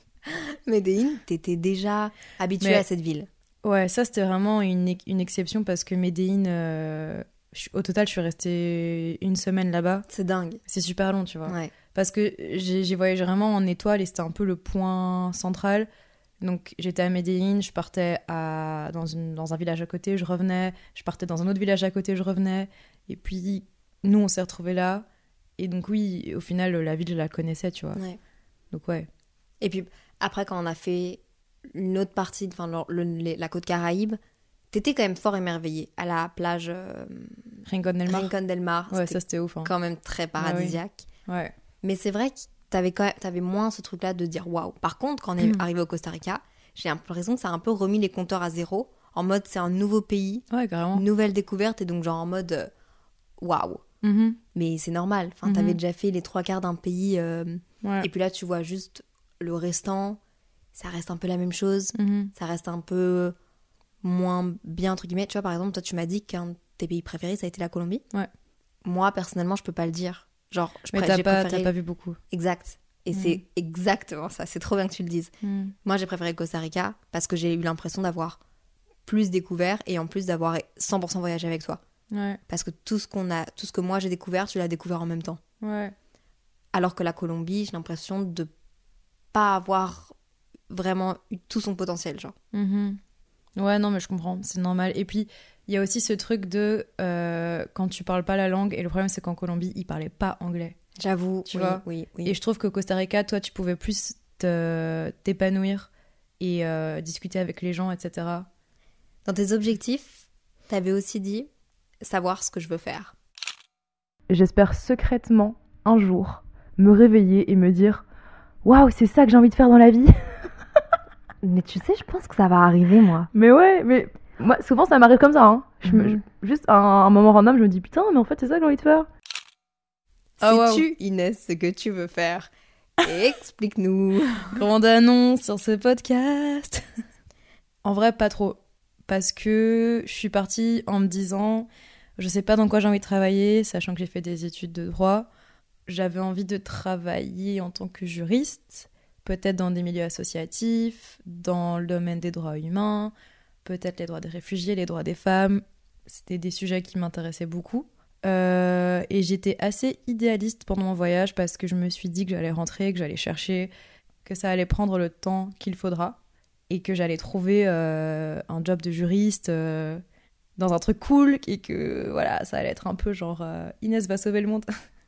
Medellín, t'étais déjà habituée Mais- à cette ville. Ouais, ça c'était vraiment une, une exception parce que Medellín, euh, je- au total, je suis restée une semaine là-bas. C'est dingue. C'est super long, tu vois. Ouais. Parce que j'ai j'ai voyagé vraiment en étoile et c'était un peu le point central. Donc j'étais à Medellín, je partais à, dans, une, dans un village à côté, je revenais. Je partais dans un autre village à côté, je revenais. Et puis nous, on s'est retrouvés là. Et donc oui, au final, la ville, je la connaissais, tu vois. Ouais. Donc ouais. Et puis après, quand on a fait une autre partie, enfin le- le- les- la côte Caraïbe, t'étais quand même fort émerveillée à la plage euh, Rincon del Mar. Rincon del Mar. Ouais, C'était ça c'était ouf. Hein. quand même très paradisiaque. Ouais. Mais c'est vrai que t'avais, quand même, t'avais moins ce truc-là de dire waouh. Par contre, quand on est Mm. arrivé au Costa Rica, j'ai l'impression que ça a un peu remis les compteurs à zéro. En mode, c'est un nouveau pays, Ouais, carrément. une nouvelle découverte, et donc genre en mode euh, waouh. Mhm. Mais c'est normal. Enfin, Mhm. t'avais déjà fait les trois quarts d'un pays, euh, Ouais. et puis là, tu vois juste le restant. Ça reste un peu la même chose. Mhm. Ça reste un peu moins bien, entre guillemets. Tu vois, par exemple, toi, tu m'as dit qu'un de tes pays préférés, ça a été la Colombie. Ouais. Moi, personnellement, je peux pas le dire. Genre, je Mais pré- t'as j'ai pas, préféré... t'as pas vu beaucoup. Exact. Et Mm. c'est exactement ça. C'est trop bien que tu le dises. Mm. Moi, j'ai préféré le Costa Rica parce que j'ai eu l'impression d'avoir plus découvert et en plus d'avoir cent pour cent voyagé avec toi. Ouais. Parce que tout ce qu'on a, tout ce que moi j'ai découvert, tu l'as découvert en même temps. Ouais. Alors que la Colombie, j'ai l'impression de pas avoir vraiment eu tout son potentiel, genre. Mhm. Ouais, non, mais je comprends, c'est normal. Et puis, il y a aussi ce truc de euh, quand tu parles pas la langue, et le problème, c'est qu'en Colombie, ils parlaient pas anglais. J'avoue. Tu oui, vois. Oui, oui. Et je trouve qu'au Costa Rica, toi, tu pouvais plus te- t'épanouir et euh, discuter avec les gens, et cetera. Dans tes objectifs, t'avais aussi dit savoir ce que je veux faire. J'espère secrètement, un jour, me réveiller et me dire « Waouh, c'est ça que j'ai envie de faire dans la vie !» Mais tu sais, je pense que ça va arriver, moi. Mais ouais, mais moi, souvent, ça m'arrive comme ça. Hein. Je me- Mhm. je- juste un, un moment random, je me dis « Putain, mais en fait, c'est ça que j'ai envie de faire !» Ah, waouh. Sais-tu, Inès, ce que tu veux faire? Explique-nous. Grande annonce sur ce podcast. En vrai, pas trop. Parce que je suis partie en me disant, je sais pas dans quoi j'ai envie de travailler, sachant que j'ai fait des études de droit. J'avais envie de travailler en tant que juriste, peut-être dans des milieux associatifs, dans le domaine des droits humains, peut-être les droits des réfugiés, les droits des femmes. C'était des sujets qui m'intéressaient beaucoup. Euh, et j'étais assez idéaliste pendant mon voyage parce que je me suis dit que j'allais rentrer, que j'allais chercher, que ça allait prendre le temps qu'il faudra et que j'allais trouver euh, un job de juriste euh, dans un truc cool et que voilà, ça allait être un peu genre euh, Inès va sauver le monde.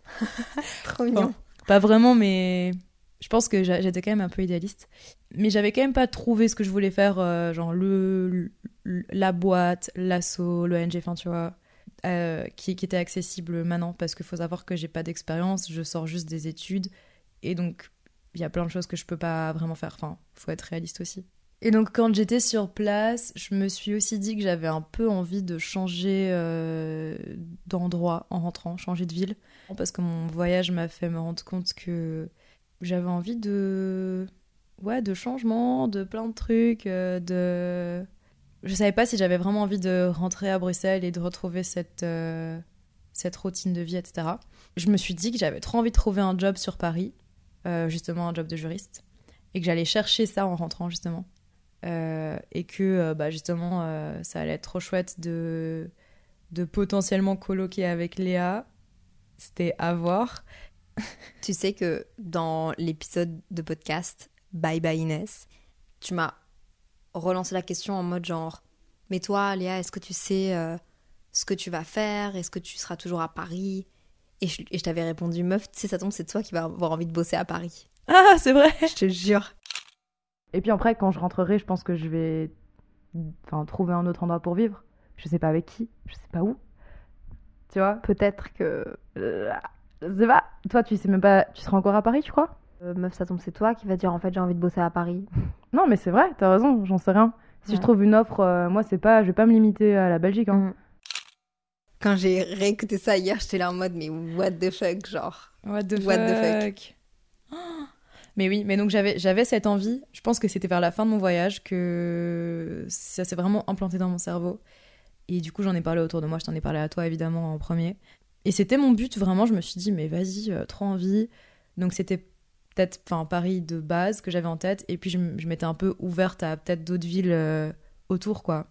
Trop mignon. Enfin, pas vraiment, mais je pense que j'a- j'étais quand même un peu idéaliste. Mais j'avais quand même pas trouvé ce que je voulais faire, euh, genre le, le- la boîte, l'asso, l'O N G, enfin tu vois. Euh, qui, qui était accessible maintenant parce qu'il faut savoir que j'ai pas d'expérience, je sors juste des études et donc il y a plein de choses que je peux pas vraiment faire, enfin faut être réaliste aussi. Et donc quand j'étais sur place, je me suis aussi dit que j'avais un peu envie de changer euh, d'endroit en rentrant, changer de ville, parce que mon voyage m'a fait me rendre compte que j'avais envie de ouais de changement, de plein de trucs, euh, de je savais pas si j'avais vraiment envie de rentrer à Bruxelles et de retrouver cette, euh, cette routine de vie, et cetera. Je me suis dit que j'avais trop envie de trouver un job sur Paris, euh, justement un job de juriste, et que j'allais chercher ça en rentrant, justement. Euh, et que, euh, bah, justement, euh, ça allait être trop chouette de, de potentiellement coloquer avec Léa. C'était à voir. Tu sais que dans l'épisode de podcast Bye Bye Inès, tu m'as relancé la question en mode genre « Mais toi, Léa, est-ce que tu sais euh, ce que tu vas faire? Est-ce que tu seras toujours à Paris ?» Et je, et je t'avais répondu « Meuf, tu sais, ça tombe, c'est toi qui vas avoir envie de bosser à Paris. Ah, c'est vrai !» Je te jure. Et puis après, quand je rentrerai, je pense que je vais enfin, trouver un autre endroit pour vivre. Je sais pas avec qui, je sais pas où. Tu vois, peut-être que... Euh, je sais pas. Toi, tu sais même pas... Tu seras encore à Paris, tu crois? Euh, meuf, ça tombe, c'est toi qui vas dire en fait j'ai envie de bosser à Paris. Non, mais c'est vrai, t'as raison, j'en sais rien. Si Ouais. je trouve une offre, euh, moi, c'est pas... Je vais pas me limiter à la Belgique, hein. Mm. Quand j'ai réécouté ça hier, j'étais là en mode « Mais what the fuck, genre. What the What the fuck. Oh. Mais oui, mais donc j'avais, j'avais cette envie. Je pense que c'était vers la fin de mon voyage que ça s'est vraiment implanté dans mon cerveau. Et du coup, j'en ai parlé autour de moi. Je t'en ai parlé à toi, évidemment, en premier. Et c'était mon but, vraiment. Je me suis dit, mais vas-y, euh, trop envie. Donc c'était peut-être enfin, Paris de base que j'avais en tête. Et puis je, je m'étais un peu ouverte à peut-être d'autres villes euh, autour, quoi.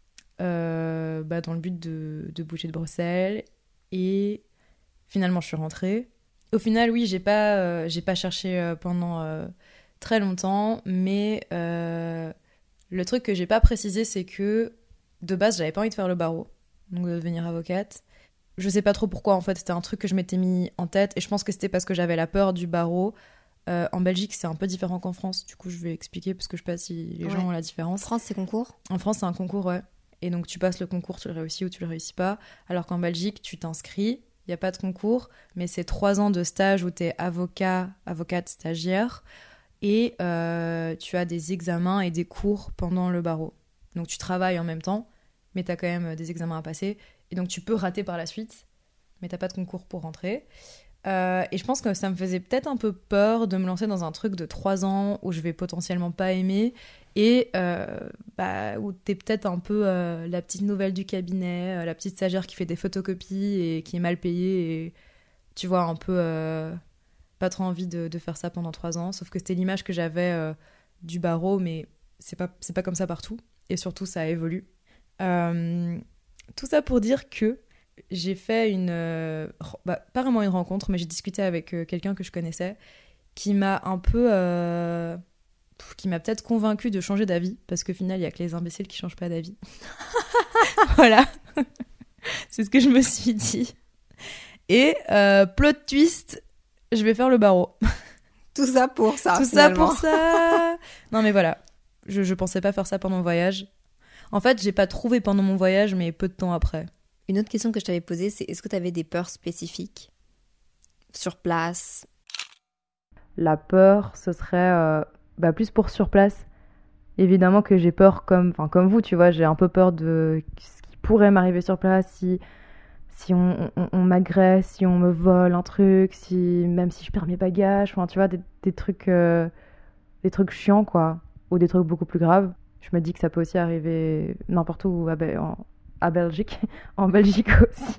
Euh, bah, dans le but de, de bouger de Bruxelles. Et finalement, je suis rentrée. Au final, oui, j'ai pas, euh, j'ai pas cherché euh, pendant euh, très longtemps, mais euh, le truc que j'ai pas précisé, c'est que de base, j'avais pas envie de faire le barreau, donc de devenir avocate. Je sais pas trop pourquoi, en fait, c'était un truc que je m'étais mis en tête, et je pense que c'était parce que j'avais la peur du barreau. Euh, en Belgique, c'est un peu différent qu'en France, du coup, je vais expliquer, parce que je sais pas si les Ouais. gens ont la En différence. France, c'est concours? En France, c'est un concours, ouais. Et donc, tu passes le concours, tu le réussis ou tu le réussis pas, alors qu'en Belgique, tu t'inscris. Il n'y a pas de concours, mais c'est trois ans de stage où tu es avocat, avocate stagiaire, et euh, tu as des examens et des cours pendant le barreau. Donc tu travailles en même temps, mais tu as quand même des examens à passer, et donc tu peux rater par la suite, mais tu n'as pas de concours pour rentrer. Euh, et je pense que ça me faisait peut-être un peu peur de me lancer dans un truc de trois ans où je vais potentiellement pas aimer, et euh, bah, où t'es peut-être un peu euh, la petite nouvelle du cabinet, euh, la petite stagiaire qui fait des photocopies et qui est mal payée, et tu vois, un peu euh, pas trop envie de, de faire ça pendant trois ans, sauf que c'était l'image que j'avais euh, du barreau, mais c'est pas, c'est pas comme ça partout, et surtout ça évolue. Euh, tout ça pour dire que j'ai fait une... Euh, bah, pas vraiment une rencontre, mais j'ai discuté avec euh, quelqu'un que je connaissais qui m'a un peu... Euh, qui m'a peut-être convaincue de changer d'avis, parce qu'au final, il n'y a que les imbéciles qui changent pas d'avis. Voilà. C'est ce que je me suis dit. Et euh, plot twist, je vais faire le barreau. Tout ça pour ça, Tout finalement. ça pour ça. Non, mais voilà. Je, je pensais pas faire ça pendant mon voyage. En fait, j'ai pas trouvé pendant mon voyage, mais peu de temps après. Une autre question que je t'avais posée, c'est est-ce que tu avais des peurs spécifiques sur place? La peur, ce serait euh, bah, plus pour sur place. Évidemment que j'ai peur comme, enfin, comme vous, tu vois, j'ai un peu peur de ce qui pourrait m'arriver sur place si, si on, on, on m'agresse, si on me vole un truc, si, même si je perds mes bagages, enfin, tu vois, des, des, trucs, euh, des trucs chiants, quoi, ou des trucs beaucoup plus graves. Je me dis que ça peut aussi arriver n'importe où, à, Be- en, à Belgique, en Belgique aussi.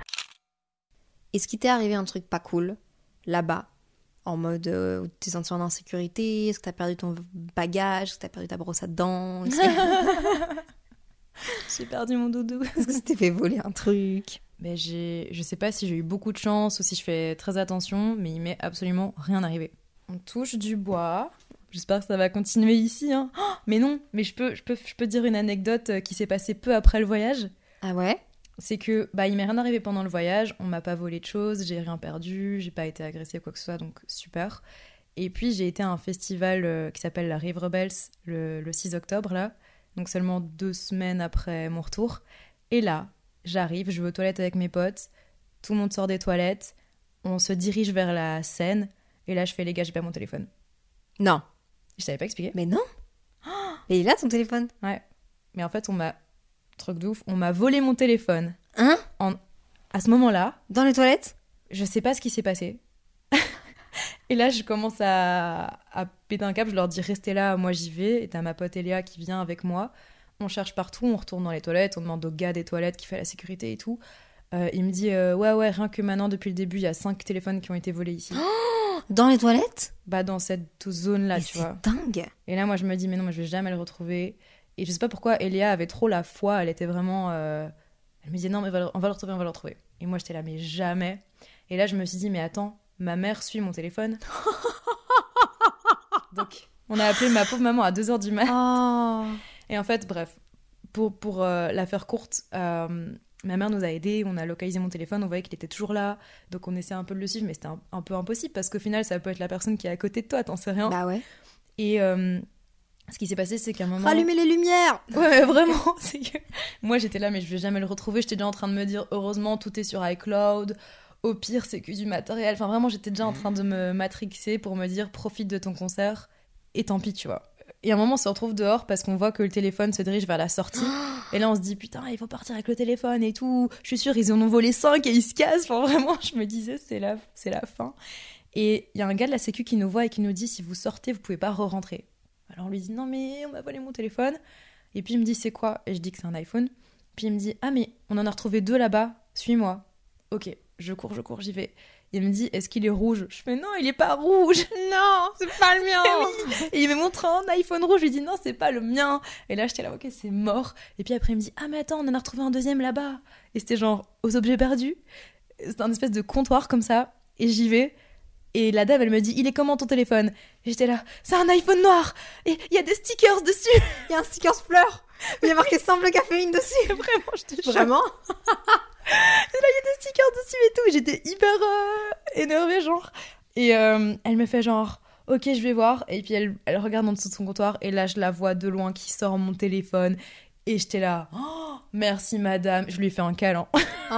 Est-ce qu'il t'est arrivé un truc pas cool là-bas? En mode euh, où tu t'es senti en insécurité? Est-ce que t'as perdu ton bagage? Est-ce que t'as perdu ta brosse à dents? Est-ce que J'ai perdu mon doudou. est-ce que tu t'es fait voler un truc? Mais j'ai... Je sais pas si j'ai eu beaucoup de chance ou si je fais très attention, mais il m'est absolument rien arrivé. On touche du bois. J'espère que ça va continuer ici. Hein. Oh, mais non, mais je peux, je, peux, je peux dire une anecdote qui s'est passée peu après le voyage. Ah ouais? C'est que bah, il m'est rien arrivé pendant le voyage, on m'a pas volé de choses, j'ai rien perdu, j'ai pas été agressée ou quoi que ce soit, donc super. Et puis j'ai été à un festival euh, qui s'appelle la Rive Rebels le, le six octobre, là, donc seulement deux semaines après mon retour. Et là, j'arrive, je vais aux toilettes avec mes potes, tout le monde sort des toilettes, on se dirige vers la scène, et là je fais les gars, j'ai pas mon téléphone. Non. Je savais pas expliquer. Mais non. Et il a ton téléphone? Ouais. Mais en fait, on m'a... Truc de ouf, on m'a volé mon téléphone. Hein? En... À ce moment-là, Dans les toilettes? je sais pas ce qui s'est passé. Et là, je commence à... à péter un câble, je leur dis restez là, moi j'y vais. Et t'as ma pote Eléa qui vient avec moi. On cherche partout, on retourne dans les toilettes, on demande au gars des toilettes qui fait la sécurité et tout. Euh, il me dit euh, ouais ouais rien que maintenant depuis le début il y a cinq téléphones qui ont été volés ici. Oh, dans les toilettes? Bah dans cette zone là, mais tu vois. C'est dingue. Et là moi je me dis mais non moi je vais jamais le retrouver. Et je sais pas pourquoi Elia avait trop la foi, elle était vraiment euh... elle me disait non mais on va le retrouver, on va le retrouver. Et moi j'étais là mais jamais. Et là je me suis dit mais attends, ma mère suit mon téléphone. Donc on a appelé ma pauvre maman à deux heures du mat. Oh. Et en fait, bref, pour, pour euh, la faire courte, euh, ma mère nous a aidés, on a localisé mon téléphone, on voyait qu'il était toujours là, donc on essayait un peu de le suivre, mais c'était un, un peu impossible, parce qu'au final, ça peut être la personne qui est à côté de toi, t'en sais rien. Bah ouais. Et euh, ce qui s'est passé, c'est qu'à un moment... Rallumez les lumières. Ouais, mais vraiment, c'est que... Moi, j'étais là, mais je vais jamais le retrouver, j'étais déjà en train de me dire, heureusement, tout est sur iCloud, au pire, c'est que du matériel, enfin vraiment, j'étais déjà en train de me matrixer pour me dire, profite de ton concert, et tant pis, tu vois. Et à un moment, on se retrouve dehors parce qu'on voit que le téléphone se dirige vers la sortie. Et là, on se dit, putain, il faut partir avec le téléphone et tout. Je suis sûre, ils en ont volé cinq et ils se cassent. Enfin, vraiment, je me disais, c'est la, c'est la fin. Et il y a un gars de la sécu qui nous voit et qui nous dit, si vous sortez, vous pouvez pas re-rentrer. Alors on lui dit, non, mais on m'a volé mon téléphone. Et puis il me dit, c'est quoi? Et je dis que c'est un iPhone. Puis il me dit, ah, mais on en a retrouvé deux là-bas. Suis-moi. Ok, je cours, je cours, j'y vais. Il me dit, est-ce qu'il est rouge? Je fais, non, il est pas rouge. Non, c'est pas le mien. Et, oui. Et il me montre un iPhone rouge. Je lui dis, non, c'est pas le mien. Et là, j'étais là, ok, c'est mort. Et puis après, il me dit, ah, mais attends, on en a retrouvé un deuxième là-bas. Et c'était genre, aux objets perdus. C'était un espèce de comptoir comme ça. Et j'y vais. Et la dame, elle me dit, il est comment ton téléphone? Et j'étais là, c'est un iPhone noir. Et il y a des stickers dessus. Il y a un sticker fleur. Il y a marqué simple caféine dessus. Vraiment, je te jure. Vraiment. Et là, il y a des stickers dessus et tout. Et j'étais hyper euh, énervée, genre. Et euh, elle me fait genre, ok, je vais voir. Et puis elle, elle regarde en dessous de son comptoir. Et là, je la vois de loin qui sort mon téléphone. Et j'étais là, oh, merci madame. Je lui ai fait un câlin.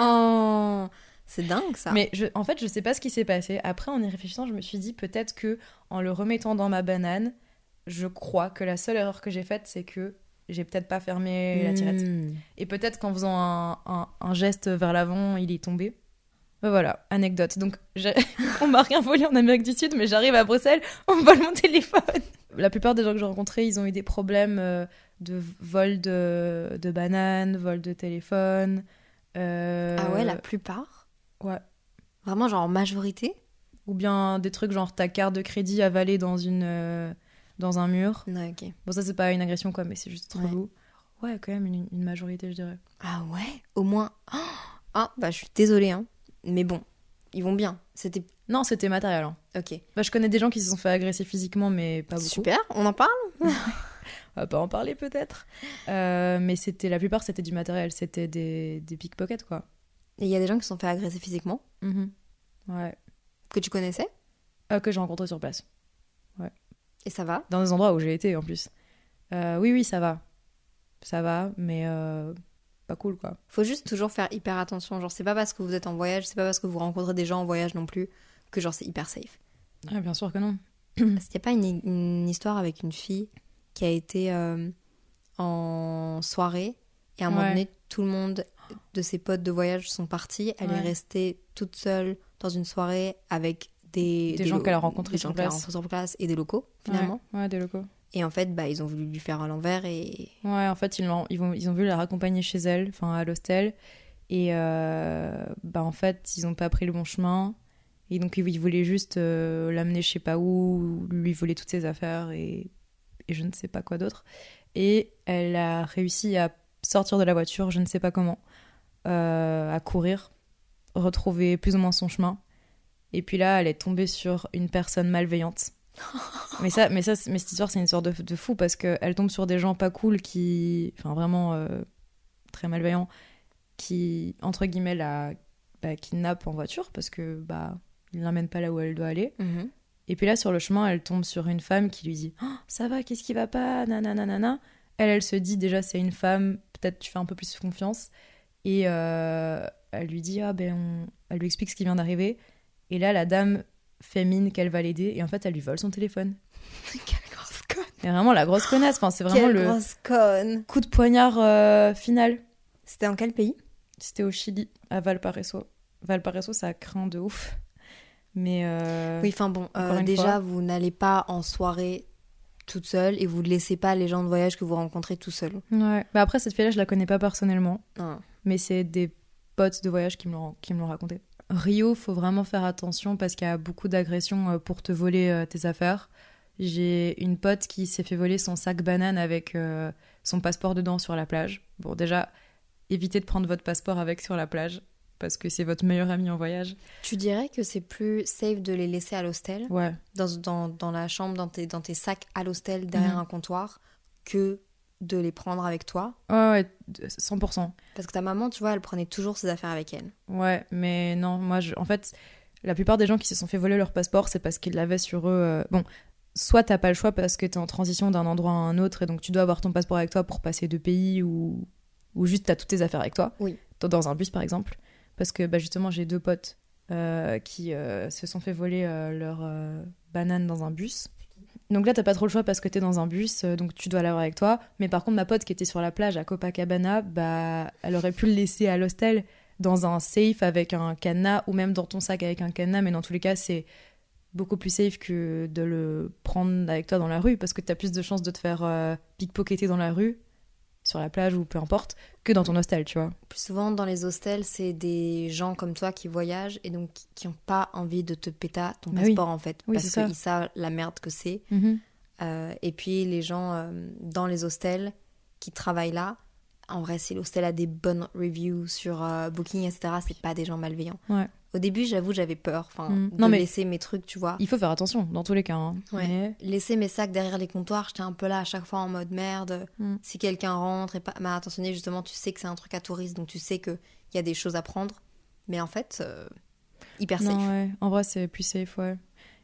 Oh, c'est dingue ça. Mais je, en fait, je sais pas ce qui s'est passé. Après, en y réfléchissant, je me suis dit peut-être que en le remettant dans ma banane, je crois que la seule erreur que j'ai faite, c'est que j'ai peut-être pas fermé la tirette. Mmh. Et peut-être qu'en faisant un, un, un geste vers l'avant, il est tombé. Ben voilà, anecdote. Donc, j'ai... on m'a rien volé en Amérique du Sud, mais j'arrive à Bruxelles, on me vole mon téléphone. La plupart des gens que j'ai rencontrés, ils ont eu des problèmes euh, de vol de, de bananes, vol de téléphone. Euh... Ah ouais, la plupart? Ouais. Vraiment, genre en majorité? Ou bien des trucs genre ta carte de crédit avalée dans une... Euh... dans un mur. Ouais, ok. Bon, ça, c'est pas une agression, quoi, mais c'est juste trop Ouais. lourd. Ouais, quand même, une, une majorité, je dirais. Ah ouais? Au moins. Oh ah, bah je suis désolée, hein. Mais bon, ils vont bien. C'était. Non, c'était matériel. Hein. Ok. Bah, je connais des gens qui se sont fait agresser physiquement, mais pas beaucoup. Super, on en parle? On va pas en parler, peut-être. Euh, mais c'était, la plupart, c'était du matériel. C'était des, des pickpockets, quoi. Et il y a des gens qui se sont fait agresser physiquement? Mm-hmm. Ouais. Que tu connaissais? Euh, que j'ai rencontré sur place. Et ça va? Dans des endroits où j'ai été, en plus. Euh, oui, oui, ça va. Ça va, mais euh, pas cool, quoi. Faut juste toujours faire hyper attention. Genre, c'est pas parce que vous êtes en voyage, c'est pas parce que vous rencontrez des gens en voyage non plus que genre c'est hyper safe. Ah, bien sûr que non. Parce qu'il y a pas une, une histoire avec une fille qui a été euh, en soirée et à un moment Ouais. donné, tout le monde de ses potes de voyage sont partis. Elle Ouais. est restée toute seule dans une soirée avec des, Des gens lo- qu'elle a rencontrés des sur gens qu'elle a place. rencontrés sur place et des locaux finalement. Ouais, ouais, des locaux. Et en fait, bah, ils ont voulu lui faire à l'envers et Ouais, en fait, ils, l'ont- ils, vont, ils ont voulu la raccompagner chez elle, enfin à l'hostel. Et euh, bah, en fait, ils n'ont pas pris le bon chemin. Et donc, ils voulaient juste euh, l'amener je sais pas où, lui voler toutes ses affaires et, et je ne sais pas quoi d'autre. Et elle a réussi à sortir de la voiture, je ne sais pas comment, euh, à courir, retrouver plus ou moins son chemin. Et puis là, elle est tombée sur une personne malveillante. mais ça, mais ça, c'est- mais cette histoire, c'est une histoire de, de fou parce qu'elle tombe sur des gens pas cool qui, enfin vraiment euh, très malveillants, qui entre guillemets la bah, kidnappent en voiture parce que bah ils l'emmènent pas là où elle doit aller. Mhm. Et puis là, sur le chemin, elle tombe sur une femme qui lui dit oh, ça va, qu'est-ce qui va pas, nanana, nanana. Elle, elle se dit déjà c'est une femme, peut-être tu fais un peu plus confiance. Et euh, elle lui dit ah ben, on... elle lui explique ce qui vient d'arriver. Et là, la dame fait mine qu'elle va l'aider et en fait, elle lui vole son téléphone. Quelle grosse conne. Mais vraiment la grosse connasse. Enfin, c'est vraiment Quelle le grosse conne. coup de poignard euh, final. C'était en quel pays? C'était au Chili, à Valparaiso. Valparaiso, ça craint de ouf. Mais euh, Oui, enfin bon, euh, encore une déjà, fois. vous n'allez pas en soirée toute seule et vous ne laissez pas les gens de voyage que vous rencontrez tout seul. Ouais. Bah après, cette fille-là, je la connais pas personnellement, Ah. mais c'est des potes de voyage qui me l'ont, qui me l'ont raconté. Rio, faut vraiment faire attention parce qu'il y a beaucoup d'agressions euh, pour te voler euh, tes affaires. J'ai une pote qui s'est fait voler son sac banane avec euh, son passeport dedans sur la plage. Bon, déjà, évitez de prendre votre passeport avec sur la plage parce que c'est votre meilleur ami en voyage. Tu dirais que c'est plus safe de les laisser à l'hostel, Ouais. dans, dans, dans la chambre, dans tes, dans tes sacs à l'hostel, derrière Mhm. un comptoir, que de les prendre avec toi. Ouais, ouais, cent pour cent. Parce que ta maman, tu vois, elle prenait toujours ses affaires avec elle. Ouais, mais non, moi, je... en fait, la plupart des gens qui se sont fait voler leur passeport, c'est parce qu'ils l'avaient sur eux. euh, Bon, soit t'as pas le choix parce que t'es en transition d'un endroit à un autre et donc tu dois avoir ton passeport avec toi pour passer de pays ou, ou juste t'as toutes tes affaires avec toi. Oui. Dans- Dans un bus, par exemple. Parce que bah, justement, j'ai deux potes euh, qui euh, se sont fait voler euh, leur euh, banane dans un bus. Donc là, t'as pas trop le choix parce que t'es dans un bus, euh, donc tu dois l'avoir avec toi. Mais par contre, ma pote qui était sur la plage à Copacabana, bah, elle aurait pu le laisser à l'hostel dans un safe avec un cadenas ou même dans ton sac avec un cadenas. Mais dans tous les cas, c'est beaucoup plus safe que de le prendre avec toi dans la rue parce que t'as plus de chances de te faire euh, pickpocketer dans la rue, sur la plage ou peu importe, que dans ton hostel, tu vois. Plus souvent, dans les hostels, c'est des gens comme toi qui voyagent et donc qui n'ont pas envie de te péter ton Bah oui. passeport, en fait. Oui, parce c'est ça. qu'ils savent la merde que c'est. Euh, et puis, les gens euh, dans les hostels qui travaillent là, en vrai, si l'hostel a des bonnes reviews sur euh, Booking, et cetera, c'est pas des gens malveillants. Ouais. Au début, j'avoue, j'avais peur enfin, Mm. de Non, mais- laisser mes trucs, tu vois. Il faut faire attention, dans tous les cas. Hein. Ouais. Mais- Laisser mes sacs derrière les comptoirs, j'étais un peu là à chaque fois en mode merde. Mm. Si quelqu'un rentre et pas m'a attentionné, justement, tu sais que c'est un truc à touristes, donc tu sais qu'il y a des choses à prendre. Mais en fait, euh, hyper safe. Non, ouais. En vrai, c'est plus safe, ouais.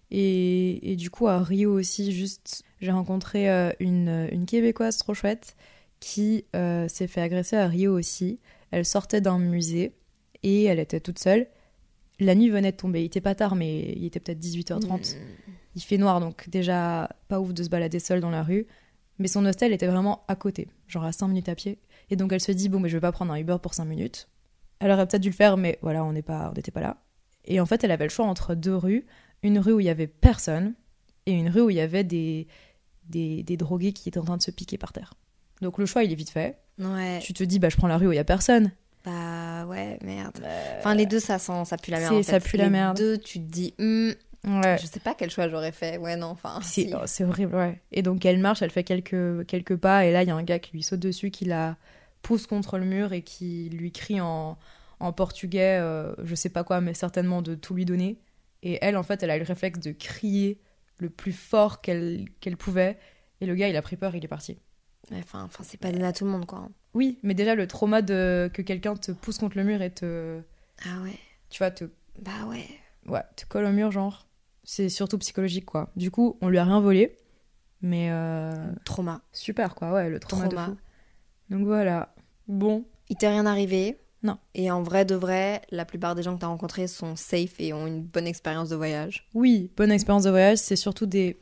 Et, et du coup, à Rio aussi, juste, j'ai rencontré euh, une, une Québécoise trop chouette qui euh, s'est fait agresser à Rio aussi. Elle sortait d'un musée et elle était toute seule. La nuit venait de tomber. Il était pas tard, mais il était peut-être dix-huit heures trente. Mm. Il fait noir, donc déjà pas ouf de se balader seule dans la rue. Mais son hostel était vraiment à côté, genre à cinq minutes à pied. Et donc elle se dit, bon, mais je vais pas prendre un Uber pour cinq minutes. Elle aurait peut-être dû le faire, mais voilà, on n'est pas, on n'était pas là. Et en fait, elle avait le choix entre deux rues. Une rue où il y avait personne et une rue où il y avait des, des, des drogués qui étaient en train de se piquer par terre. Donc le choix, il est vite fait. Ouais. Tu te dis, bah je prends la rue où il y a personne. Bah ouais, merde. Enfin, les deux, ça sent, ça pue la merde. C'est- en fait. ça pue la Les merde. deux, tu te dis, hmm, Ouais. je sais pas quel choix j'aurais fait. Ouais, non, enfin. C'est si. oh, c'est horrible, ouais. Et donc elle marche, elle fait quelques, quelques pas, et là il y a un gars qui lui saute dessus, qui la pousse contre le mur et qui lui crie en, en portugais, euh, je sais pas quoi, mais certainement de tout lui donner. Et elle, en fait, elle a eu le réflexe de crier le plus fort qu'elle qu'elle pouvait. Et le gars, il a pris peur, il est parti. Ouais, Enfin, enfin, c'est pas donné à tout le monde, quoi. Oui, mais déjà le trauma de que quelqu'un te pousse contre le mur et te, Ah ouais. tu vois, te, Bah ouais. ouais, te colle au mur, genre, c'est surtout psychologique, quoi. Du coup, on lui a rien volé, mais euh, Trauma. super, quoi, ouais, le trauma, Trauma. de fou. Donc voilà. Bon, Il t'est rien arrivé. Non. Et en vrai de vrai, la plupart des gens que t'as rencontrés sont safe et ont une bonne expérience de voyage. oui, bonne expérience de voyage, c'est surtout des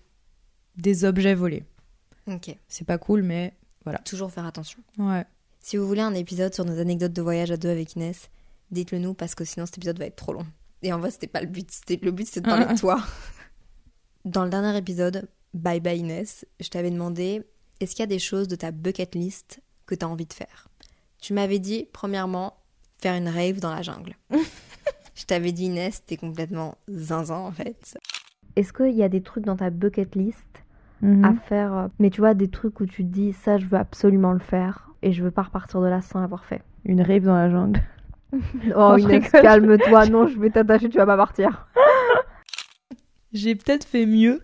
des objets volés. Ok. C'est pas cool, mais Toujours faire attention. ouais. Si vous voulez un épisode sur nos anecdotes de voyage à deux avec Inès, dites-le nous parce que sinon cet épisode va être trop long. Et en vrai, c'était pas le but. C'était, le but, c'était de parler de toi. Dans le dernier épisode, Bye Bye Inès, je t'avais demandé est-ce qu'il y a des choses de ta bucket list que t'as envie de faire. Tu m'avais dit, premièrement, faire une rave dans la jungle. Je t'avais dit, Inès, t'es complètement zinzin en fait. Est-ce qu'il y a des trucs dans ta bucket list Mhm. à faire euh, mais tu vois, des trucs où tu te dis ça, je veux absolument le faire et je veux pas repartir de là sans l'avoir fait. Une rave dans la jungle. Oh, je Inès, rigole. calme-toi, non, je vais t'attacher, tu vas pas partir. J'ai peut-être fait mieux.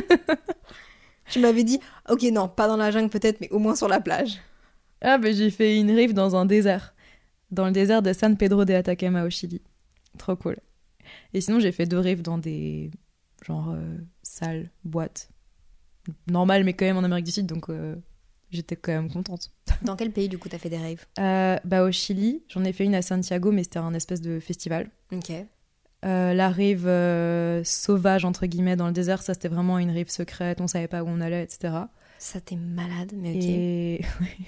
Tu m'avais dit, ok, non, pas dans la jungle peut-être, mais au moins sur la plage. Ah, bah j'ai fait une rave dans un désert. Dans le désert de San Pedro de Atacama au Chili. Trop cool. Et sinon, j'ai fait deux raves dans des genre euh, salles, boîtes. Normales, mais quand même en Amérique du Sud, donc euh, j'étais quand même contente. Dans quel pays du coup t'as fait des raves? Euh, bah au Chili, j'en ai fait une à Santiago, mais c'était un espèce de festival. Ok. Euh, la rave euh, sauvage, entre guillemets, dans le désert, ça c'était vraiment une rave secrète, on savait pas où on allait, et cetera. Ça t'es malade, mais ok. Et,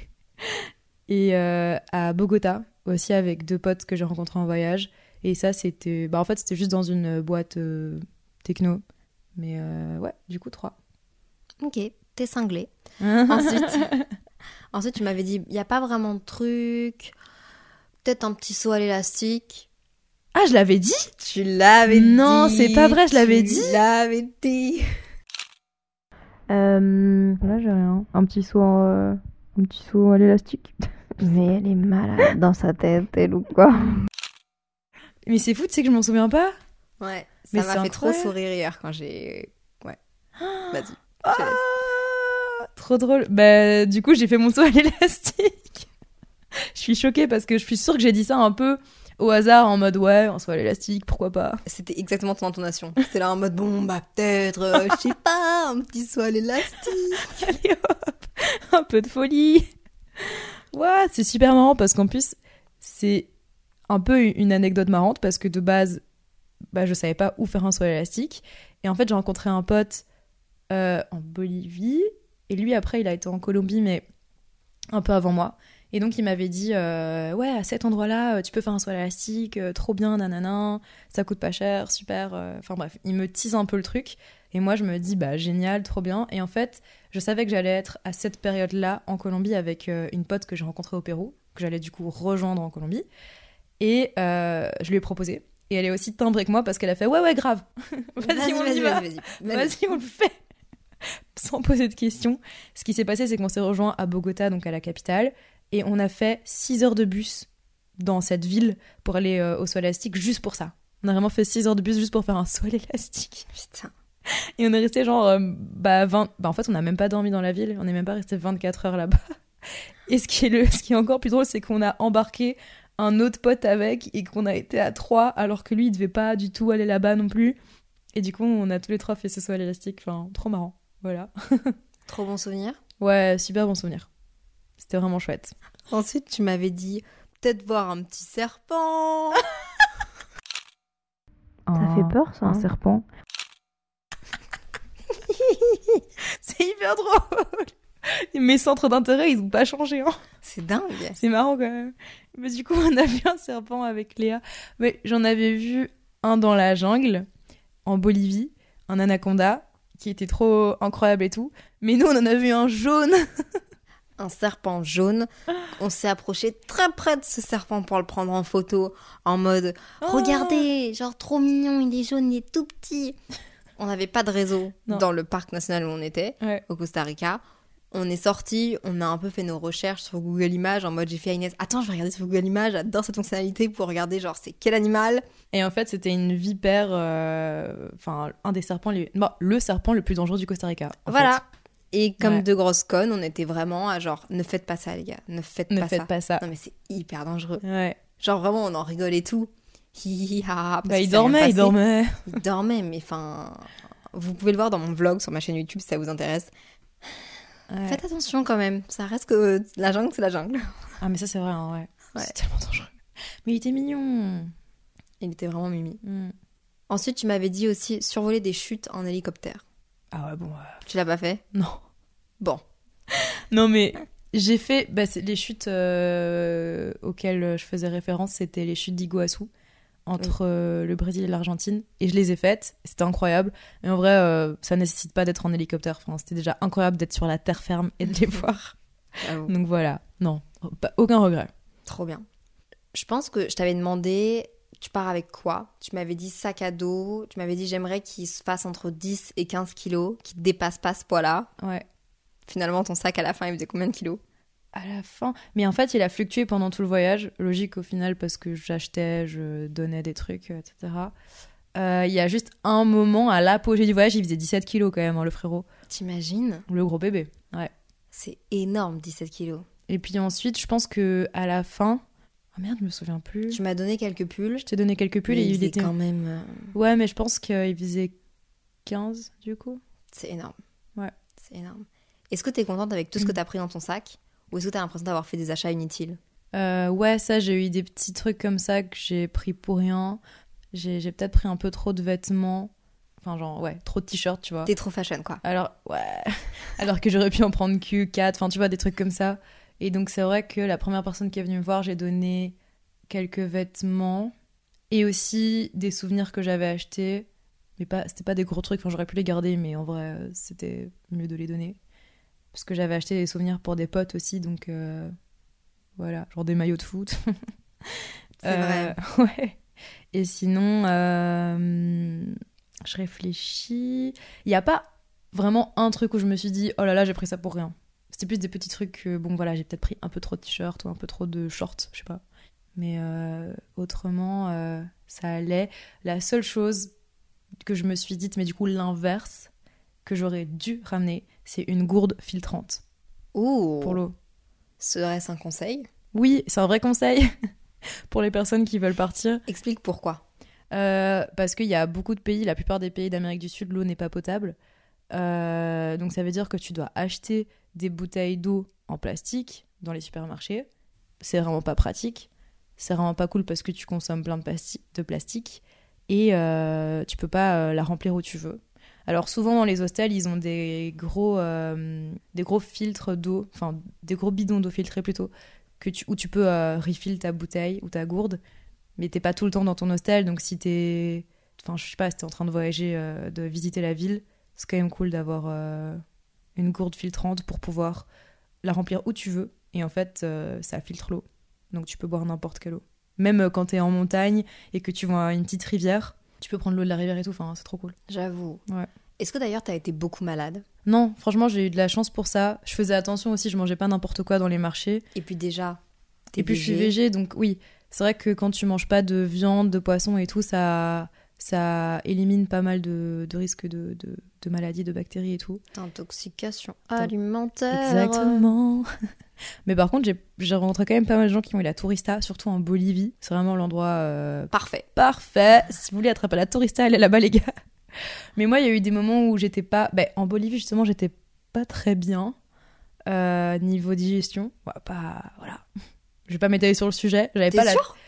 et euh, à Bogota, aussi avec deux potes que j'ai rencontrés en voyage. Et ça, c'était... Bah, en fait, c'était juste dans une boîte euh, techno. Mais euh, ouais, du coup, trois. Ok. t'es cinglé. Ensuite, ensuite, tu m'avais dit, il n'y a pas vraiment de truc, peut-être un petit saut à l'élastique. Ah, je l'avais dit? Tu l'avais dit. Non, c'est pas vrai, je l'avais dit. Tu l'avais dit. Euh, Là, j'ai rien. Un petit saut, en, euh, un petit saut à l'élastique. mais elle est malade dans sa tête, elle ou quoi. Mais c'est fou, tu sais que je m'en souviens pas? Ouais, ça Mais m'a c'est fait trop incroyable. sourire hier quand j'ai... Ouais, vas-y. je te Ah, laisse. trop drôle. Bah, du coup, j'ai fait mon saut à l'élastique. Je suis choquée parce que je suis sûre que j'ai dit ça un peu au hasard, en mode ouais, un saut à l'élastique, pourquoi pas. C'était exactement ton intonation. C'était là en mode, bon, bah peut-être, euh, je sais pas, un petit saut à l'élastique. Allez hop, un peu de folie. Ouais, c'est super marrant parce qu'en plus, c'est un peu une anecdote marrante parce que de base, bah, je savais pas où faire un saut à l'élastique. Et en fait, j'ai rencontré un pote euh, en Bolivie. Et lui, après, il a été en Colombie, mais un peu avant moi. Et donc, il m'avait dit euh, ouais, à cet endroit-là, tu peux faire un saut à l'élastique, euh, trop bien, nanana, ça coûte pas cher, super. euh. Enfin bref, il me tease un peu le truc. Et moi, je me dis, bah génial, trop bien. Et en fait, je savais que j'allais être à cette période-là en Colombie avec euh, une pote que j'ai rencontrée au Pérou, que j'allais du coup rejoindre en Colombie. Et euh, je lui ai proposé. Et elle est aussi timbrée que moi parce qu'elle a fait ouais, ouais, grave. Vas-y, on y va. Vas-y, vas-y. Vas-y, on le fait. Sans poser de questions. Ce qui s'est passé, c'est qu'on s'est rejoint à Bogota, donc à la capitale. Et on a fait six heures de bus dans cette ville pour aller euh, au saut à l'élastique juste pour ça. On a vraiment fait six heures de bus juste pour faire un saut à l'élastique. Putain. Et on est resté genre, euh, bah, vingt... bah en fait on n'a même pas dormi dans la ville, on n'est même pas resté vingt-quatre heures là-bas. Et ce qui est, le... ce qui est encore plus drôle, c'est qu'on a embarqué un autre pote avec et qu'on a été à trois alors que lui il devait pas du tout aller là-bas non plus. Et du coup on a tous les trois fait ce saut à l'élastique, enfin trop marrant, voilà. Trop bon souvenir. Ouais, super bon souvenir. C'était vraiment chouette. Ensuite, tu m'avais dit, peut-être voir un petit serpent. Ça fait peur, ça, Un hein. serpent. C'est hyper drôle. Mes centres d'intérêt, ils ont pas changé, hein. C'est dingue. C'est marrant quand même. Mais du coup, on a vu un serpent avec Léa. Mais j'en avais vu un dans la jungle, en Bolivie, un anaconda, qui était trop incroyable et tout. Mais nous, on en a vu un jaune. Un serpent jaune. On s'est approché très près de ce serpent pour le prendre en photo, en mode Oh. regardez, genre trop mignon, il est jaune, il est tout petit. On n'avait pas de réseau Non. dans le parc national où on était, Ouais. au Costa Rica. On est sorti, on a un peu fait nos recherches sur Google Images en mode j'ai fait à Inès, attends, je vais regarder sur Google Images, j'adore cette fonctionnalité pour regarder genre c'est quel animal. Et en fait, c'était une vipère, euh, enfin, un des serpents, les... bon, le serpent le plus dangereux du Costa Rica. en Voilà. fait. Et comme Ouais. deux grosses connes, on était vraiment à genre ne faites pas ça les gars, ne faites Ne pas faites ça. pas ça. Non mais c'est hyper dangereux. Ouais. Genre vraiment on en rigole et tout. Hi hi hi ha ha. parce Bah, que il ça vient dormait, il passer. dormait. Il dormait, mais enfin. Vous pouvez le voir dans mon vlog sur ma chaîne YouTube si ça vous intéresse. Ouais. Faites attention quand même, ça reste que la jungle, c'est la jungle. Ah, mais ça, c'est vrai, hein, ouais. Ouais. C'est tellement dangereux. Mais il était mignon. Il était vraiment mimi. Mm. Ensuite, tu m'avais dit aussi survoler des chutes en hélicoptère. Ah ouais, bon, ouais. Tu l'as pas fait? Non. Bon. Non, mais j'ai fait... Bah, c'est- les chutes euh, auxquelles je faisais référence, c'était les chutes d'Iguassou, entre euh, le Brésil et l'Argentine. Et je les ai faites. C'était incroyable. Mais en vrai, euh, ça nécessite pas d'être en hélicoptère. Enfin, c'était déjà incroyable d'être sur la terre ferme et de les voir. J'avoue. Donc voilà. Non, pas- aucun regret. Trop bien. Je pense que je t'avais demandé, tu pars avec quoi? Tu m'avais dit sac à dos. Tu m'avais dit j'aimerais qu'il se fasse entre dix et quinze kilos, qu'il ne dépasse pas ce poids-là. Ouais. Finalement, ton sac à la fin, il faisait combien de kilos? À la fin. Mais en fait, il a fluctué pendant tout le voyage. Logique au final, parce que j'achetais, je donnais des trucs, et cetera. Euh, Il y a juste un moment, à l'apogée du voyage, il faisait dix-sept kilos quand même, hein, le frérot. T'imagines? Le gros bébé. Ouais. C'est énorme, dix-sept kilos. Et puis ensuite, je pense que à la fin. Oh merde, je me souviens plus. Tu m'as donné quelques pulls. Je t'ai donné quelques pulls mais et il il faisait était. quand même... euh, Ouais, mais je pense qu'il faisait quinze du coup. C'est énorme. Ouais. C'est énorme. Est-ce que t'es contente avec tout ce que t'as pris dans ton sac? Ou est-ce que t'as l'impression d'avoir fait des achats inutiles? Euh, ouais, ça, j'ai eu des petits trucs comme ça que j'ai pris pour rien. J'ai j'ai peut-être pris un peu trop de vêtements. Enfin, genre, ouais, trop de t-shirts, tu vois. T'es trop fashion, quoi. Alors, ouais. Alors que j'aurais pu en prendre que quatre. Enfin, tu vois, des trucs comme ça. Et donc, c'est vrai que la première personne qui est venue me voir, j'ai donné quelques vêtements. Et aussi des souvenirs que j'avais achetés. Mais pas, c'était pas des gros trucs. Enfin, j'aurais pu les garder, mais en vrai, c'était mieux de les donner. parce que j'avais acheté des souvenirs pour des potes aussi, donc euh, voilà, genre des maillots de foot. C'est euh, vrai. Ouais. Et sinon, euh, je réfléchis. Il n'y a pas vraiment un truc où je me suis dit, oh là là, j'ai pris ça pour rien. C'était plus des petits trucs que, bon voilà, j'ai peut-être pris un peu trop de t-shirts ou un peu trop de shorts, je sais pas. Mais euh, autrement, euh, ça allait. La seule chose que je me suis dite, mais du coup l'inverse, que j'aurais dû ramener, c'est une gourde filtrante Ouh. pour l'eau. Serait-ce un conseil? Oui, c'est un vrai conseil pour les personnes qui veulent partir. Explique pourquoi. Euh, parce qu'il y a beaucoup de pays, la plupart des pays d'Amérique du Sud, l'eau n'est pas potable. Euh, donc ça veut dire que tu dois acheter des bouteilles d'eau en plastique dans les supermarchés. C'est vraiment pas pratique. C'est vraiment pas cool parce que tu consommes plein de, pasti- de plastique et euh, tu peux pas euh, la remplir où tu veux. Alors souvent dans les hostels, ils ont des gros, euh, des gros filtres d'eau, enfin des gros bidons d'eau filtrée plutôt, que tu, où tu peux euh, refill ta bouteille ou ta gourde, mais t'es pas tout le temps dans ton hostel, donc si t'es, enfin je sais pas, si t'es en train de voyager, euh, de visiter la ville, c'est quand même cool d'avoir euh, une gourde filtrante pour pouvoir la remplir où tu veux, et en fait euh, ça filtre l'eau, donc tu peux boire n'importe quelle eau. Même euh, quand t'es en montagne et que tu vois une petite rivière, tu peux prendre l'eau de la rivière et tout, enfin c'est trop cool. J'avoue. Ouais. Est-ce que d'ailleurs t'as été beaucoup malade? Non, franchement j'ai eu de la chance pour ça. Je faisais attention aussi, je mangeais pas n'importe quoi dans les marchés. Et puis déjà, t'es Et puis je suis végé, donc oui, c'est vrai que quand tu manges pas de viande, de poisson et tout, ça, ça élimine pas mal de, de risques de, de, de maladies, de bactéries et tout. Intoxication alimentaire. Exactement. Mais par contre, j'ai, j'ai rencontré quand même pas mal de gens qui ont eu la tourista, surtout en Bolivie. C'est vraiment l'endroit euh, Parfait. parfait. Si vous voulez attraper la tourista, allez là-bas les gars. Mais moi, il y a eu des moments où j'étais pas... Ben, en Bolivie, justement, j'étais pas très bien euh, niveau digestion. Ouais, pas... Voilà. Je vais pas m'étaler sur le sujet. J'avais T'es pas la... sûre?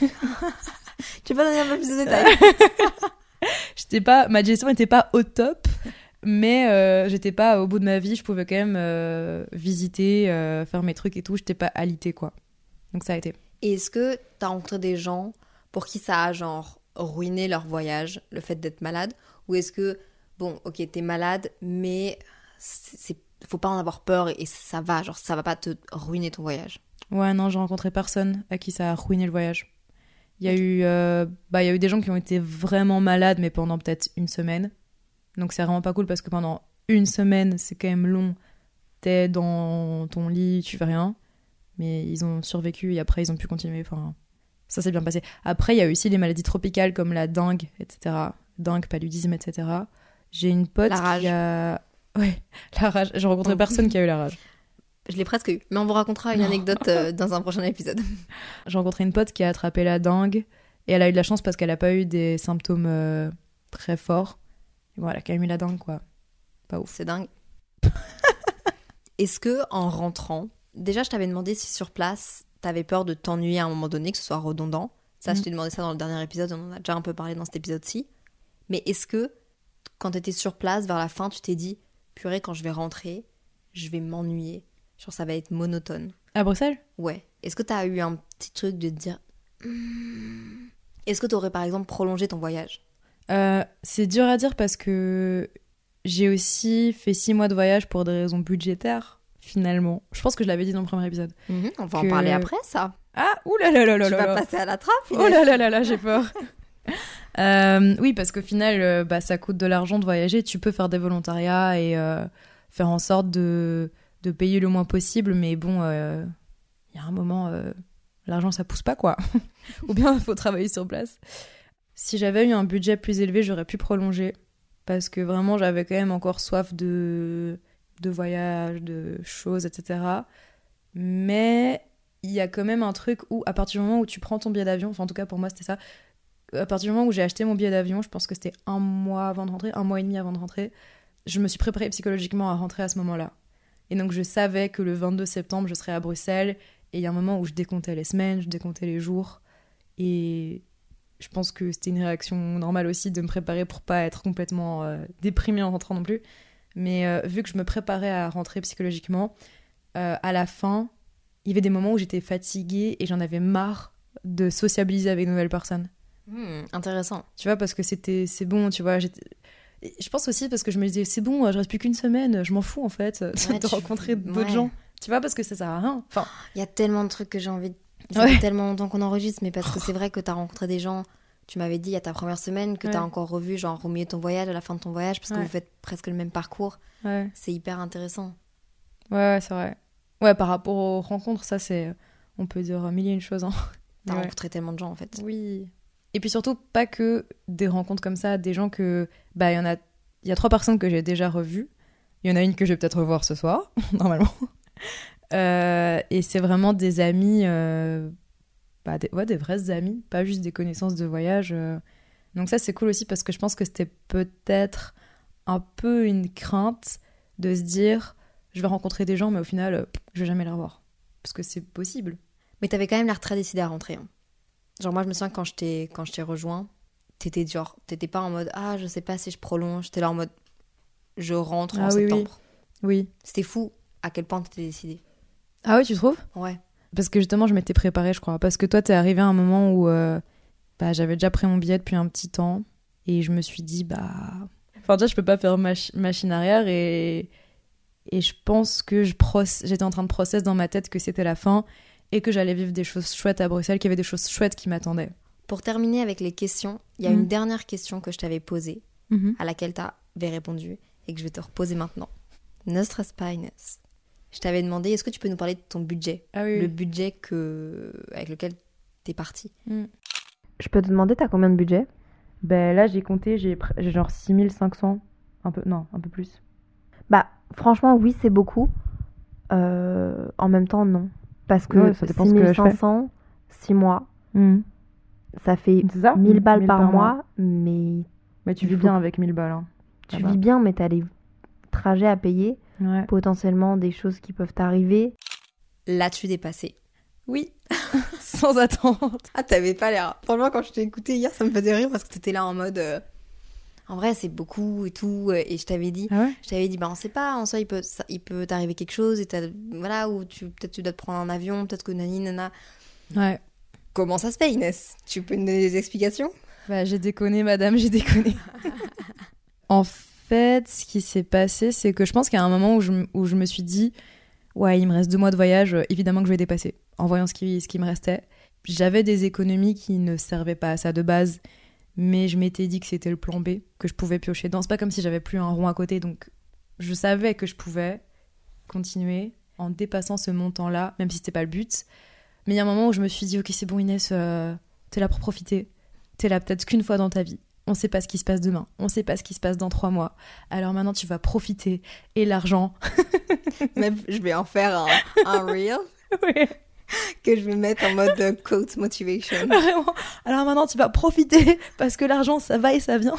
Tu peux pas donner un peu plus de détails? J'étais pas... Ma digestion était pas au top, mais euh, j'étais pas au bout de ma vie. Je pouvais quand même euh, visiter, euh, faire mes trucs et tout. J'étais pas alitée, quoi. Donc ça a été. Et est-ce que t'as rencontré des gens pour qui ça a genre ruiné leur voyage, le fait d'être malade? Ou est-ce que, bon, ok, t'es malade, mais c'est, c'est, faut pas en avoir peur et, et ça va, genre ça va pas te ruiner ton voyage? Ouais, non, j'ai rencontré personne à qui ça a ruiné le voyage. Il y a eu, euh, bah, il y a eu des gens qui ont été vraiment malades, mais pendant peut-être une semaine. Donc c'est vraiment pas cool parce que pendant une semaine, c'est quand même long. T'es dans ton lit, tu fais rien. Mais ils ont survécu et après, ils ont pu continuer. Enfin, ça s'est bien passé. Après, il y a eu aussi les maladies tropicales comme la dengue, et cetera. Dengue, paludisme, et cetera. J'ai une pote La rage. qui a... Ouais, la rage. J'ai rencontré Oh. personne qui a eu la rage. Je l'ai presque eu, mais on vous racontera une Non. anecdote euh, dans un prochain épisode. J'ai rencontré une pote qui a attrapé la dengue et elle a eu de la chance parce qu'elle a pas eu des symptômes euh, très forts. Et bon, elle a quand même eu la dengue, quoi. Pas ouf. C'est dingue. Est-ce que en rentrant, déjà je t'avais demandé si sur place t'avais peur de t'ennuyer à un moment donné, que ce soit redondant. Ça, Mm. je t'ai demandé ça dans le dernier épisode, on en a déjà un peu parlé dans cet épisode-ci. Mais est-ce que quand t'étais sur place vers la fin, tu t'es dit purée, quand je vais rentrer, je vais m'ennuyer, genre ça va être monotone? À Bruxelles ? Ouais. Est-ce que t'as eu un petit truc de te dire Hmm. Est-ce que t'aurais par exemple prolongé ton voyage? Euh, c'est dur à dire parce que j'ai aussi fait six mois de voyage pour des raisons budgétaires, finalement. Je pense que je l'avais dit dans le premier épisode. Mhm, on va Que- en parler après, ça. Ah, oulalalala. Tu vas passer à la trappe. Oh là là là là, j'ai peur. Euh, oui, parce qu'au final, euh, bah, ça coûte de l'argent de voyager. Tu peux faire des volontariats et euh, faire en sorte de, de payer le moins possible, mais bon, il euh, y a un moment, euh, l'argent ça pousse pas, quoi. Ou bien il faut travailler sur place. Si j'avais eu un budget plus élevé, j'aurais pu prolonger, parce que vraiment j'avais quand même encore soif de, de voyage, de choses, et cetera. Mais il y a quand même un truc où, à partir du moment où tu prends ton billet d'avion, enfin en tout cas pour moi c'était ça, à partir du moment où j'ai acheté mon billet d'avion, je pense que c'était un mois avant de rentrer, un mois et demi avant de rentrer, je me suis préparée psychologiquement à rentrer à ce moment-là. Et donc je savais que le vingt-deux septembre, je serais à Bruxelles, et il y a un moment où je décomptais les semaines, je décomptais les jours, et je pense que c'était une réaction normale aussi de me préparer pour pas être complètement euh, déprimée en rentrant non plus. Mais euh, vu que je me préparais à rentrer psychologiquement, euh, à la fin, il y avait des moments où j'étais fatiguée et j'en avais marre de sociabiliser avec de nouvelles personnes. Hmm, intéressant. Tu vois, parce que c'était, c'est bon, tu vois. J'étais... je pense aussi parce que je me disais, c'est bon, je reste plus qu'une semaine, je m'en fous en fait Ouais, de tu- rencontrer d'autres ouais. gens. Tu vois, parce que ça sert à rien. Enfin, Il y a tellement de trucs que j'ai envie de... Ça Ouais. fait tellement longtemps qu'on enregistre, mais parce que c'est vrai que t'as rencontré des gens, tu m'avais dit il y a ta première semaine, que t'as Ouais. encore revu genre au milieu de ton voyage, à la fin de ton voyage, parce que Ouais. vous faites presque le même parcours. ouais. C'est hyper intéressant. Ouais, ouais, c'est vrai. Ouais, par rapport aux rencontres, ça, c'est. On peut dire mille et une choses. Hein. T'as Ouais. rencontré tellement de gens, en fait. Oui. Et puis surtout, pas que des rencontres comme ça, des gens que. Bah, il y en a. Il y a trois personnes que j'ai déjà revues. Il y en a une que je vais peut-être revoir ce soir, normalement. Euh, et c'est vraiment des amis. euh, Bah, des... Ouais, des vrais amis, pas juste des connaissances de voyage. euh. Donc, ça, c'est cool aussi parce que je pense que c'était peut-être un peu une crainte de se dire je vais rencontrer des gens, mais au final, euh, je vais jamais les revoir. Parce que c'est possible. Mais t'avais quand même l'air très décidé à rentrer. hein. Genre, moi, je me souviens que quand je t'ai, quand je t'ai rejoint, t'étais genre, t'étais pas en mode ah, je sais pas si je prolonge. T'étais là en mode je rentre en Ah oui, oui. septembre. Oui. C'était fou à quel point t'étais décidé. Ah oui, tu trouves? Ouais. Parce que justement, je m'étais préparée, je crois. Parce que toi, t'es arrivé à un moment où euh, bah, j'avais déjà pris mon billet depuis un petit temps. Et je me suis dit, bah. Enfin, déjà, je peux pas faire mach- machine arrière. Et, et je pense que je proce- j'étais en train de process dans ma tête que c'était la fin. Et que j'allais vivre des choses chouettes à Bruxelles, qu'il y avait des choses chouettes qui m'attendaient. Pour terminer avec les questions, il y a Mhm. une dernière question que je t'avais posée, à laquelle t'avais répondu et que je vais te reposer maintenant. Ne stresse pas, Inès. Je t'avais demandé, est-ce que tu peux nous parler de ton budget? Ah oui, Le oui. budget que... avec lequel t'es partie. Mm. Je peux te demander, t'as combien de budget? Ben là, j'ai compté, j'ai pr- j'ai genre six mille cinq cents. Un peu, non, un peu plus. Bah, franchement, oui, c'est beaucoup. Euh, en même temps, non. Parce que Ouais, ça dépend ce que je fais. six mille cinq cents, six mois, Mhm. ça fait C'est ça? mille balles mille par, par mois, mais Mais tu Il vis faut- bien avec mille balles. Hein. tu Ça va. vis bien, mais t'as des trajets à payer, Ouais. potentiellement des choses qui peuvent t'arriver. L'as-tu dépassé? Oui, sans attente. Ah, t'avais pas l'air. Franchement, quand je t'ai écouté hier, ça me faisait rire parce que t'étais là en mode. euh, En vrai, c'est beaucoup et tout. euh, Et je t'avais dit, Ah ouais? je t'avais dit, bah on sait pas. En soi, il peut, ça- il peut t'arriver quelque chose et t'as- voilà, ou tu peut-être tu dois te prendre un avion, peut-être que nani nana. Ouais. Comment ça se fait, Inès? Tu peux nous donner des explications? Bah, j'ai déconné, madame, j'ai déconné. En fait, ce qui s'est passé, c'est que je pense qu'il y a un moment où je, m- où je me suis dit, ouais, il me reste deux mois de voyage, euh, évidemment que je vais dépasser. En voyant ce qui, ce qui me restait, j'avais des économies qui ne servaient pas à ça de base, mais je m'étais dit que c'était le plan B, que je pouvais piocher dedans. C'est pas comme si j'avais plus un rond à côté, donc je savais que je pouvais continuer en dépassant ce montant-là, même si c'était pas le but. Mais il y a un moment où je me suis dit, ok, c'est bon, Inès, euh, t'es là pour profiter. T'es là peut-être qu'une fois dans ta vie. On sait pas ce qui se passe demain. On sait pas ce qui se passe dans trois mois. Alors maintenant, tu vas profiter. Et l'argent. Même, je vais en faire un, un reel Ouais, que je vais mettre en mode euh, quote motivation. vraiment. Alors maintenant, tu vas profiter parce que l'argent, ça va et ça vient.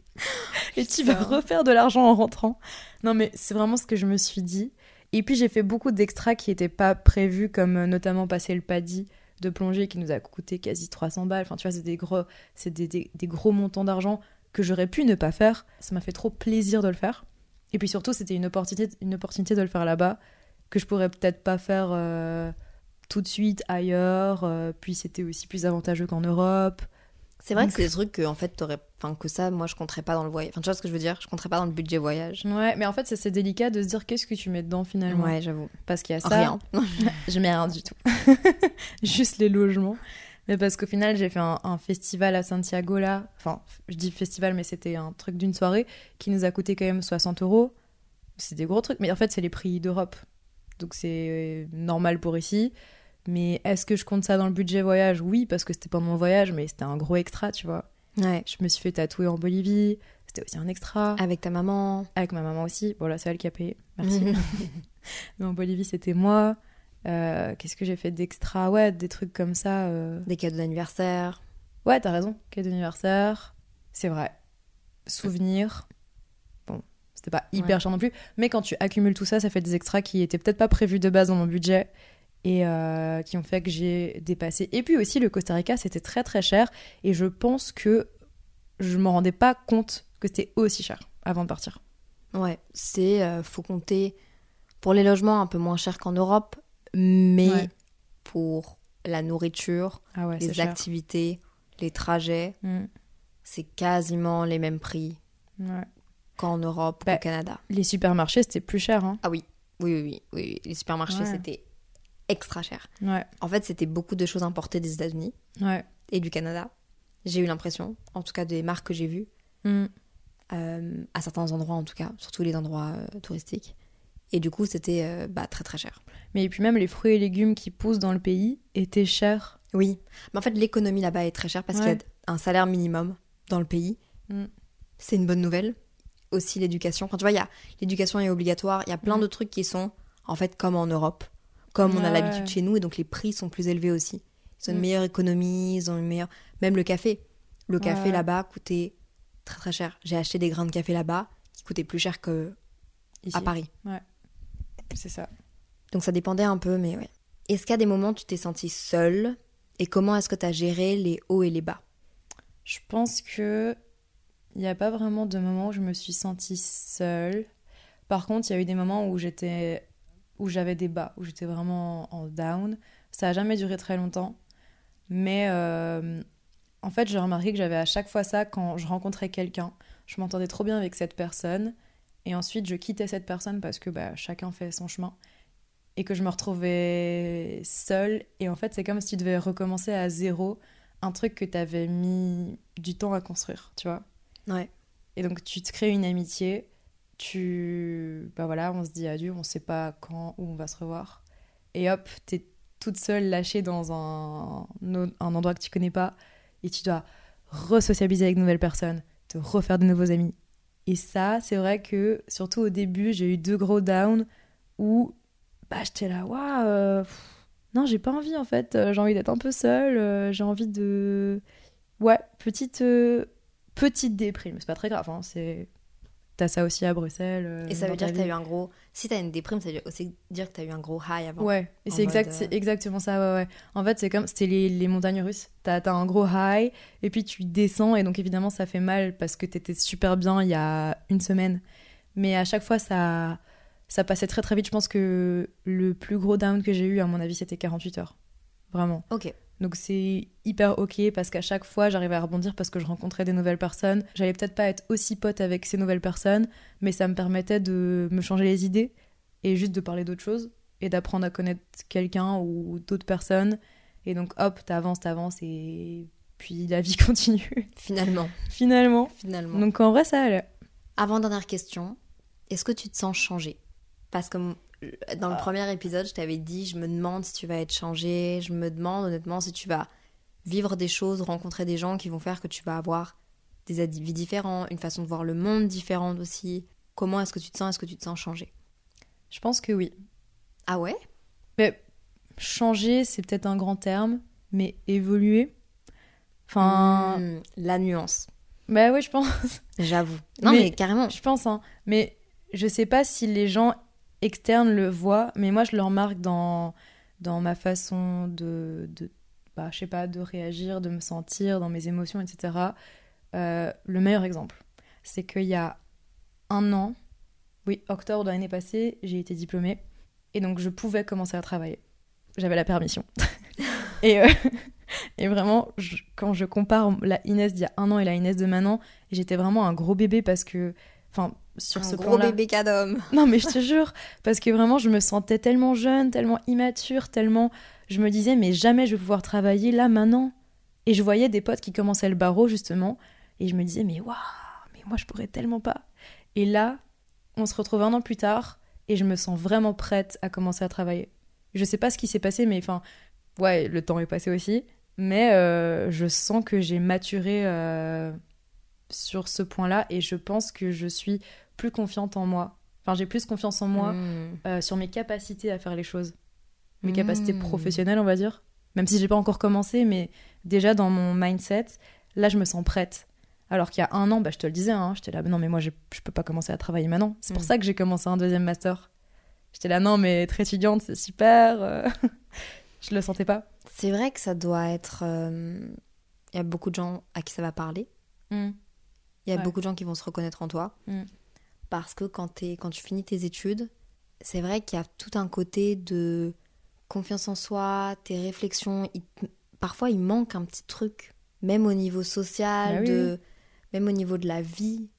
Et tu vas Putain. refaire de l'argent en rentrant. Non, mais c'est vraiment ce que je me suis dit. Et puis, j'ai fait beaucoup d'extras qui n'étaient pas prévus, comme euh, notamment passer le paddy de plongée qui nous a coûté quasi trois cents balles. Enfin, tu vois, c'est des gros, c'est des, des, des gros montants d'argent que j'aurais pu ne pas faire. Ça m'a fait trop plaisir de le faire. Et puis surtout, c'était une opportunité, une opportunité de le faire là-bas que je pourrais peut-être pas faire euh, tout de suite ailleurs. euh, puis c'était aussi plus avantageux qu'en Europe. C'est vrai que Donc- c'est des trucs que, en fait, t'aurais. Enfin, que ça, moi, je compterais pas dans le voyage. Enfin, tu vois ce que je veux dire? Je compterais pas dans le budget voyage. Ouais, mais en fait, c'est, c'est délicat de se dire qu'est-ce que tu mets dedans finalement. Ouais, j'avoue. Parce qu'il y a ça. Rien. Je mets rien du tout. Juste les logements. Mais parce qu'au final, j'ai fait un, un festival à Santiago là. Enfin, je dis festival, mais c'était un truc d'une soirée qui nous a coûté quand même soixante euros. C'est des gros trucs. Mais en fait, c'est les prix d'Europe. Donc c'est normal pour ici. Mais est-ce que je compte ça dans le budget voyage? Oui, parce que c'était pas mon voyage, mais c'était un gros extra, tu vois. Ouais. Je me suis fait tatouer en Bolivie. C'était aussi un extra. Avec ta maman. Avec ma maman aussi. Bon, là, c'est elle qui a payé. Merci. Mais en Bolivie, c'était moi. Euh, qu'est-ce que j'ai fait d'extra? Ouais, des trucs comme ça. euh. Des cadeaux d'anniversaire. Ouais, t'as raison. Cadeau d'anniversaire. C'est vrai. Souvenirs. Bon, c'était pas hyper Ouais. cher non plus. Mais quand tu accumules tout ça, ça fait des extras qui étaient peut-être pas prévus de base dans mon budget. Et euh, qui ont fait que j'ai dépassé. Et puis aussi, le Costa Rica, c'était très très cher. Et je pense que je m'en rendais pas compte que c'était aussi cher avant de partir. Ouais. C'est. euh, faut compter pour les logements un peu moins cher qu'en Europe. Mais Ouais. pour la nourriture, Ah ouais, c'est les cher. activités, les trajets, Mm. c'est quasiment les mêmes prix. Ouais. qu'en Europe Bah, ou au Canada. Les supermarchés, c'était plus cher. Hein. Ah oui, oui, oui, oui, oui, oui. Les supermarchés, Ouais. c'était extra cher. Ouais, En fait, c'était beaucoup de choses importées des États-Unis ouais. et du Canada. J'ai eu l'impression, en tout cas des marques que j'ai vues, Mm. euh, à certains endroits en tout cas, surtout les endroits euh, touristiques. Et du coup, c'était euh, bah, très très cher. Mais et puis même les fruits et légumes qui poussent dans le pays étaient chers. Oui, mais en fait, l'économie là-bas est très chère parce Ouais. qu'il y a un salaire minimum dans le pays. Mm. C'est une bonne nouvelle. Aussi l'éducation. Enfin, tu vois, il y a l'éducation est obligatoire. Il y a plein Mm. de trucs qui sont en fait comme en Europe, comme on a Ouais. l'habitude chez nous, et donc les prix sont plus élevés aussi. Ils ont une Mm. meilleure économie, ils ont une meilleure. Même le café. Le café Ouais. là-bas coûtait très très cher. J'ai acheté des grains de café là-bas qui coûtaient plus cher que Ici. à Paris. C'est ça. Donc ça dépendait un peu, mais ouais. Est-ce qu'à des moments tu t'es sentie seule et comment est-ce que tu as géré les hauts et les bas? Je pense que il n'y a pas vraiment de moment où je me suis sentie seule. Par contre, il y a eu des moments où j'étais, où j'avais des bas, où j'étais vraiment en down. Ça a jamais duré très longtemps, mais euh, en fait, j'ai remarqué que j'avais à chaque fois ça quand je rencontrais quelqu'un. Je m'entendais trop bien avec cette personne, et ensuite je quittais cette personne parce que bah, chacun fait son chemin, et que je me retrouvais seule. Et en fait, c'est comme si tu devais recommencer à zéro un truc que tu avais mis du temps à construire, tu vois. Ouais. Et donc, tu te crées une amitié, tu... Bah voilà, on se dit adieu, on sait pas quand, où on va se revoir. Et hop, t'es toute seule, lâchée dans un, un endroit que tu connais pas, et tu dois re-sociabiliser avec de nouvelles personnes, te refaire de nouveaux amis. Et ça, c'est vrai que, surtout au début, j'ai eu deux gros downs où, bah, j'étais là, waouh, euh, pff, non, j'ai pas envie, en fait, euh, j'ai envie d'être un peu seule, euh, j'ai envie de... Ouais, petite... euh, Petite déprime, c'est pas très grave, hein, c'est... T'as ça aussi à Bruxelles. euh, Et ça veut dans dire ta que t'as vie. eu un gros... Si t'as une déprime, ça veut aussi dire que t'as eu un gros high avant. Ouais, et En c'est exact, mode, euh, c'est exactement ça, ouais, ouais. En fait, c'est comme... C'était les, les montagnes russes. T'as, t'as un gros high, et puis tu descends, et donc évidemment, ça fait mal, parce que t'étais super bien il y a une semaine. Mais à chaque fois, ça... ça passait très très vite. Je pense que le plus gros down que j'ai eu, à mon avis, c'était quarante-huit heures. Vraiment. Ok. Donc c'est hyper ok parce qu'à chaque fois j'arrivais à rebondir parce que je rencontrais des nouvelles personnes. J'allais peut-être pas être aussi pote avec ces nouvelles personnes, mais ça me permettait de me changer les idées et juste de parler d'autres choses et d'apprendre à connaître quelqu'un ou d'autres personnes. Et donc hop, t'avances, t'avances et puis la vie continue Finalement. finalement. Finalement. Donc en vrai ça allait. Avant-dernière question. Est-ce que tu te sens changée? Parce que m- dans le premier épisode, je t'avais dit, je me demande si tu vas être changée. Je me demande honnêtement si tu vas vivre des choses, rencontrer des gens qui vont faire que tu vas avoir des avis différents, une façon de voir le monde différente aussi. Comment est-ce que tu te sens? Est-ce que tu te sens changée? Je pense que oui. Ah ouais? Mais changer c'est peut-être un grand terme, mais évoluer. Enfin, Hmm, la nuance. bah oui je pense. J'avoue. Non Mais- mais, carrément. Je pense, hein. Mais je sais pas si les gens externes le voient, mais moi je le remarque dans, dans ma façon de, de bah, je sais pas, de réagir, de me sentir, dans mes émotions, et cetera. Euh, le meilleur exemple, c'est qu'il y a un an, oui, octobre de l'année passée, j'ai été diplômée, et donc je pouvais commencer à travailler. J'avais la permission. et, euh, et vraiment, je- quand je compare la Inès d'il y a un an et la Inès de maintenant, j'étais vraiment un gros bébé parce que, enfin, sur Un ce gros plan-là... bébé cadom. Non, mais je te jure, parce que vraiment, je me sentais tellement jeune, tellement immature, tellement... Je me disais, mais jamais je vais pouvoir travailler là, maintenant. Et je voyais des potes qui commençaient le barreau, justement, et je me disais, mais waouh, mais moi, je pourrais tellement pas. Et là, on se retrouve un an plus tard, et je me sens vraiment prête à commencer à travailler. Je sais pas ce qui s'est passé, mais enfin, ouais, le temps est passé aussi, mais euh, je sens que j'ai maturé euh, sur ce point-là, et je pense que je suis plus confiante en moi. Enfin, j'ai plus confiance en moi Hmm. euh, sur mes capacités à faire les choses. Mes Mm. capacités professionnelles, on va dire. Même si j'ai pas encore commencé, mais déjà dans mon mindset, là, je me sens prête. Alors qu'il y a un an, bah, je te le disais, hein, j'étais là, non, mais moi, je, je peux pas commencer à travailler maintenant. C'est pour Mm. ça que j'ai commencé un deuxième master. J'étais là, non, mais être étudiante, c'est super. euh, je le sentais pas. C'est vrai que ça doit être... euh, Il y a beaucoup de gens à qui ça va parler. Mm. Il y a Ouais. beaucoup de gens qui vont se reconnaître en toi. Mm. Parce que quand, t'es, quand tu finis tes études, c'est vrai qu'il y a tout un côté de confiance en soi, tes réflexions. il- Parfois, il manque un petit truc, même au niveau social, Bah oui, de... même au niveau de la vie.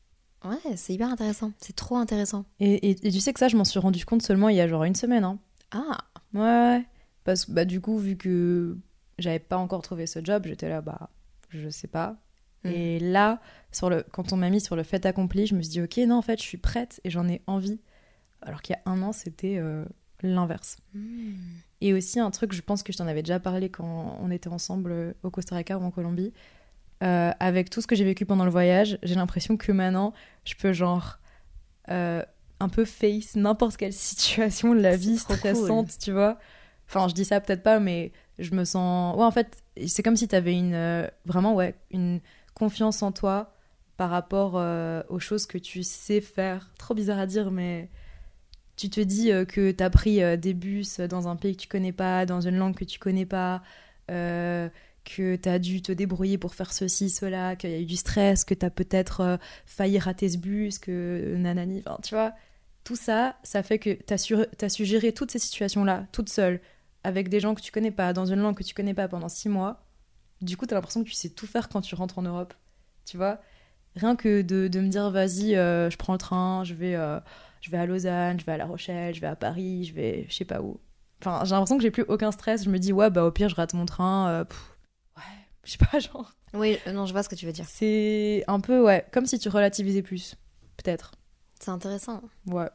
Ouais, c'est hyper intéressant. C'est trop intéressant. Et, et, et tu sais que ça, je m'en suis rendu compte seulement il y a genre une semaine. Hein. Ah. Ouais, ouais. Parce que bah, du coup, vu que j'avais pas encore trouvé ce job, j'étais là, bah, je sais pas. Mm. Et là, sur le, quand on m'a mis sur le fait accompli, je me suis dit, ok, non, en fait, je suis prête et j'en ai envie. Alors qu'il y a un an, c'était euh, l'inverse. Mm. Et aussi, un truc, je pense que je t'en avais déjà parlé quand on était ensemble au Costa Rica ou en Colombie. Euh, avec tout ce que j'ai vécu pendant le voyage, j'ai l'impression que maintenant, je peux genre euh, un peu face n'importe quelle situation de la vie stressante, cool. Tu vois. Enfin, je dis ça peut-être pas, mais je me sens... Ouais, en fait, c'est comme si t'avais une... Euh, vraiment, ouais, une confiance en toi par rapport euh, aux choses que tu sais faire. Trop bizarre à dire, mais... Tu te dis euh, que t'as pris euh, des bus dans un pays que tu connais pas, dans une langue que tu connais pas... Euh, que t'as dû te débrouiller pour faire ceci, cela, qu'il y a eu du stress, que t'as peut-être euh, failli rater ce bus, que nanani, enfin, tu vois, tout ça, ça fait que t'as su, t'as su gérer toutes ces situations-là, toute seule, avec des gens que tu connais pas, dans une langue que tu connais pas pendant six mois. Du coup, t'as l'impression que tu sais tout faire quand tu rentres en Europe, tu vois. Rien que de, de me dire, vas-y, euh, je prends le train, je vais, euh, je vais à Lausanne, je vais à La Rochelle, je vais à Paris, je vais je sais pas où. Enfin, j'ai l'impression que j'ai plus aucun stress, je me dis, ouais, bah au pire, je rate mon train, euh, pff, ouais, je sais pas, genre... Oui, non, je vois ce que tu veux dire. C'est un peu, ouais, comme si tu relativisais plus, peut-être. C'est intéressant. Ouais.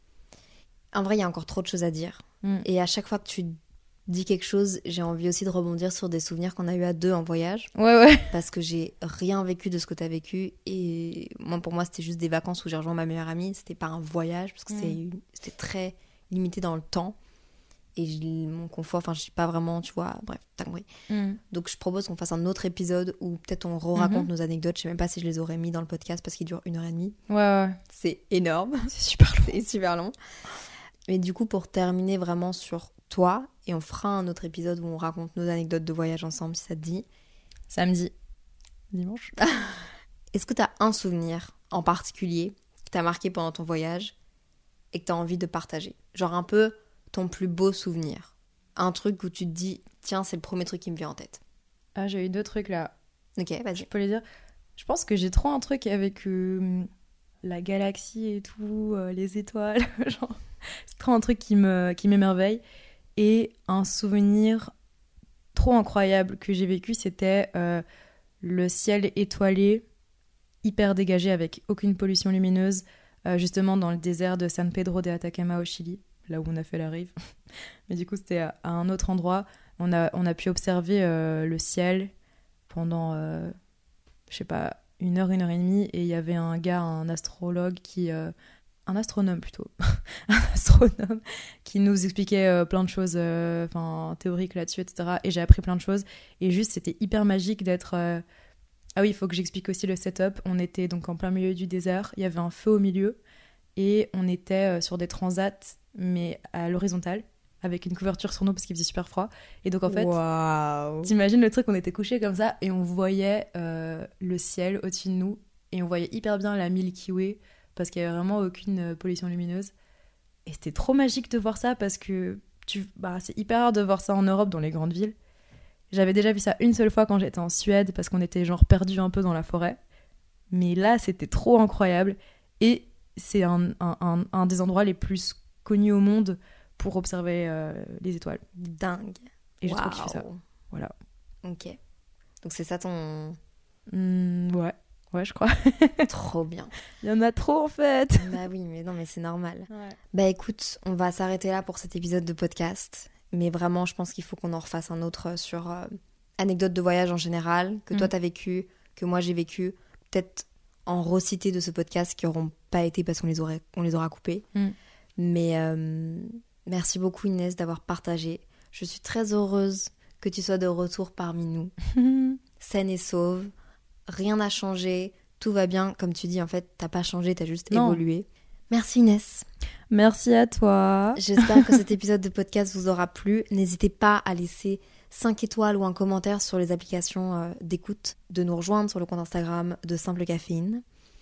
En vrai, il y a encore trop de choses à dire. Mm. Et à chaque fois que tu dis quelque chose, j'ai envie aussi de rebondir sur des souvenirs qu'on a eu à deux en voyage. Ouais, ouais. Parce que j'ai rien vécu de ce que t'as vécu. Et moi, pour moi, c'était juste des vacances où j'ai rejoint ma meilleure amie. C'était pas un voyage, parce que mm. c'était très limité dans le temps. Et mon confort, enfin je suis pas vraiment, tu vois, bref, t'as compris. Mm. Donc je propose qu'on fasse un autre épisode où peut-être on re-raconte mm-hmm. nos anecdotes. Je sais même pas si je les aurais mis dans le podcast parce qu'il dure une heure et demie. Ouais, ouais. C'est énorme. C'est super long. C'est super long. Mais du coup, pour terminer vraiment sur toi, et on fera un autre épisode où on raconte nos anecdotes de voyage ensemble, si ça te dit. Samedi. Dimanche. Est-ce que t'as un souvenir en particulier qui t'a marqué pendant ton voyage et que t'as envie de partager? Genre un peu... ton plus beau souvenir. Un truc où tu te dis, tiens, c'est le premier truc qui me vient en tête. Ah, j'ai eu deux trucs là. Ok, vas-y. Je peux les dire. Je pense que j'ai trop un truc avec euh, la galaxie et tout, euh, les étoiles. Genre, c'est trop un truc qui, me, qui m'émerveille. Et un souvenir trop incroyable que j'ai vécu, c'était euh, le ciel étoilé, hyper dégagé, avec aucune pollution lumineuse, euh, justement dans le désert de San Pedro de Atacama au Chili. Là où on a fait la rive. Mais du coup, c'était à, à un autre endroit. On a, on a pu observer euh, le ciel pendant, euh, je sais pas, une heure, une heure et demie. Et il y avait un gars, un astrologue, qui... Euh, un astronome, plutôt. un astronome qui nous expliquait euh, plein de choses euh, théoriques là-dessus, et cetera. Et j'ai appris plein de choses. Et juste, c'était hyper magique d'être... Euh... Ah oui, il faut que j'explique aussi le setup. On était donc en plein milieu du désert. Il y avait un feu au milieu. Et on était euh, sur des transats... mais à l'horizontale, avec une couverture sur nous parce qu'il faisait super froid. Et donc en fait, wow. T'imagines le truc, on était couchés comme ça et on voyait euh, le ciel au-dessus de nous et on voyait hyper bien la Milky Way parce qu'il n'y avait vraiment aucune euh, pollution lumineuse. Et c'était trop magique de voir ça parce que tu... bah, c'est hyper rare de voir ça en Europe, dans les grandes villes. J'avais déjà vu ça une seule fois quand j'étais en Suède parce qu'on était genre perdus un peu dans la forêt. Mais là, c'était trop incroyable. Et c'est un, un, un, un des endroits les plus connu au monde pour observer euh, les étoiles. Dingue. Et j'ai wow. trop kiffé ça. Voilà. Ok. Donc c'est ça ton... Mmh, ouais. Ouais, je crois. Trop bien. Il y en a trop en fait. Bah oui, mais non, mais c'est normal. Ouais. Bah écoute, on va s'arrêter là pour cet épisode de podcast. Mais vraiment, je pense qu'il faut qu'on en refasse un autre sur euh, anecdotes de voyage en général, que mmh. toi t'as vécu, que moi j'ai vécu. Peut-être en reciter de ce podcast qui n'auront pas été parce qu'on les, aurait, on les aura coupés. Mmh. Mais euh, merci beaucoup Inès d'avoir partagé. Je suis très heureuse que tu sois de retour parmi nous. Saine et sauve. Rien n'a changé. Tout va bien. Comme tu dis, en fait, t'as pas changé, t'as juste non. évolué. Merci Inès. Merci à toi. J'espère que cet épisode de podcast vous aura plu. N'hésitez pas à laisser cinq étoiles ou un commentaire sur les applications euh, d'écoute, de nous rejoindre sur le compte Instagram de Simple Caféine.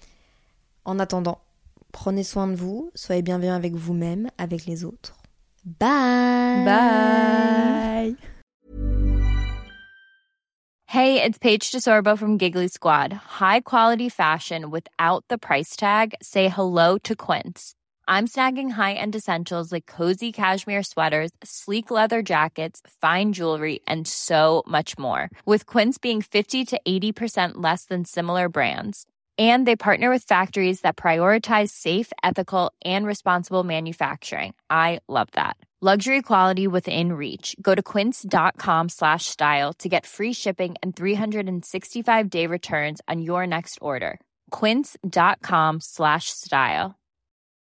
En attendant, prenez soin de vous, soyez bienveillants avec vous-même, avec les autres. Bye! Bye! Hey, it's Paige DeSorbo from Giggly Squad. High quality fashion without the price tag. Say hello to Quince. I'm snagging high-end essentials like cozy cashmere sweaters, sleek leather jackets, fine jewelry, and so much more. With Quince being fifty to eighty percent less than similar brands. And they partner with factories that prioritize safe, ethical, and responsible manufacturing. I love that. Luxury quality within reach. Go to quince.com slash style to get free shipping and three sixty-five day returns on your next order. Quince.com slash style.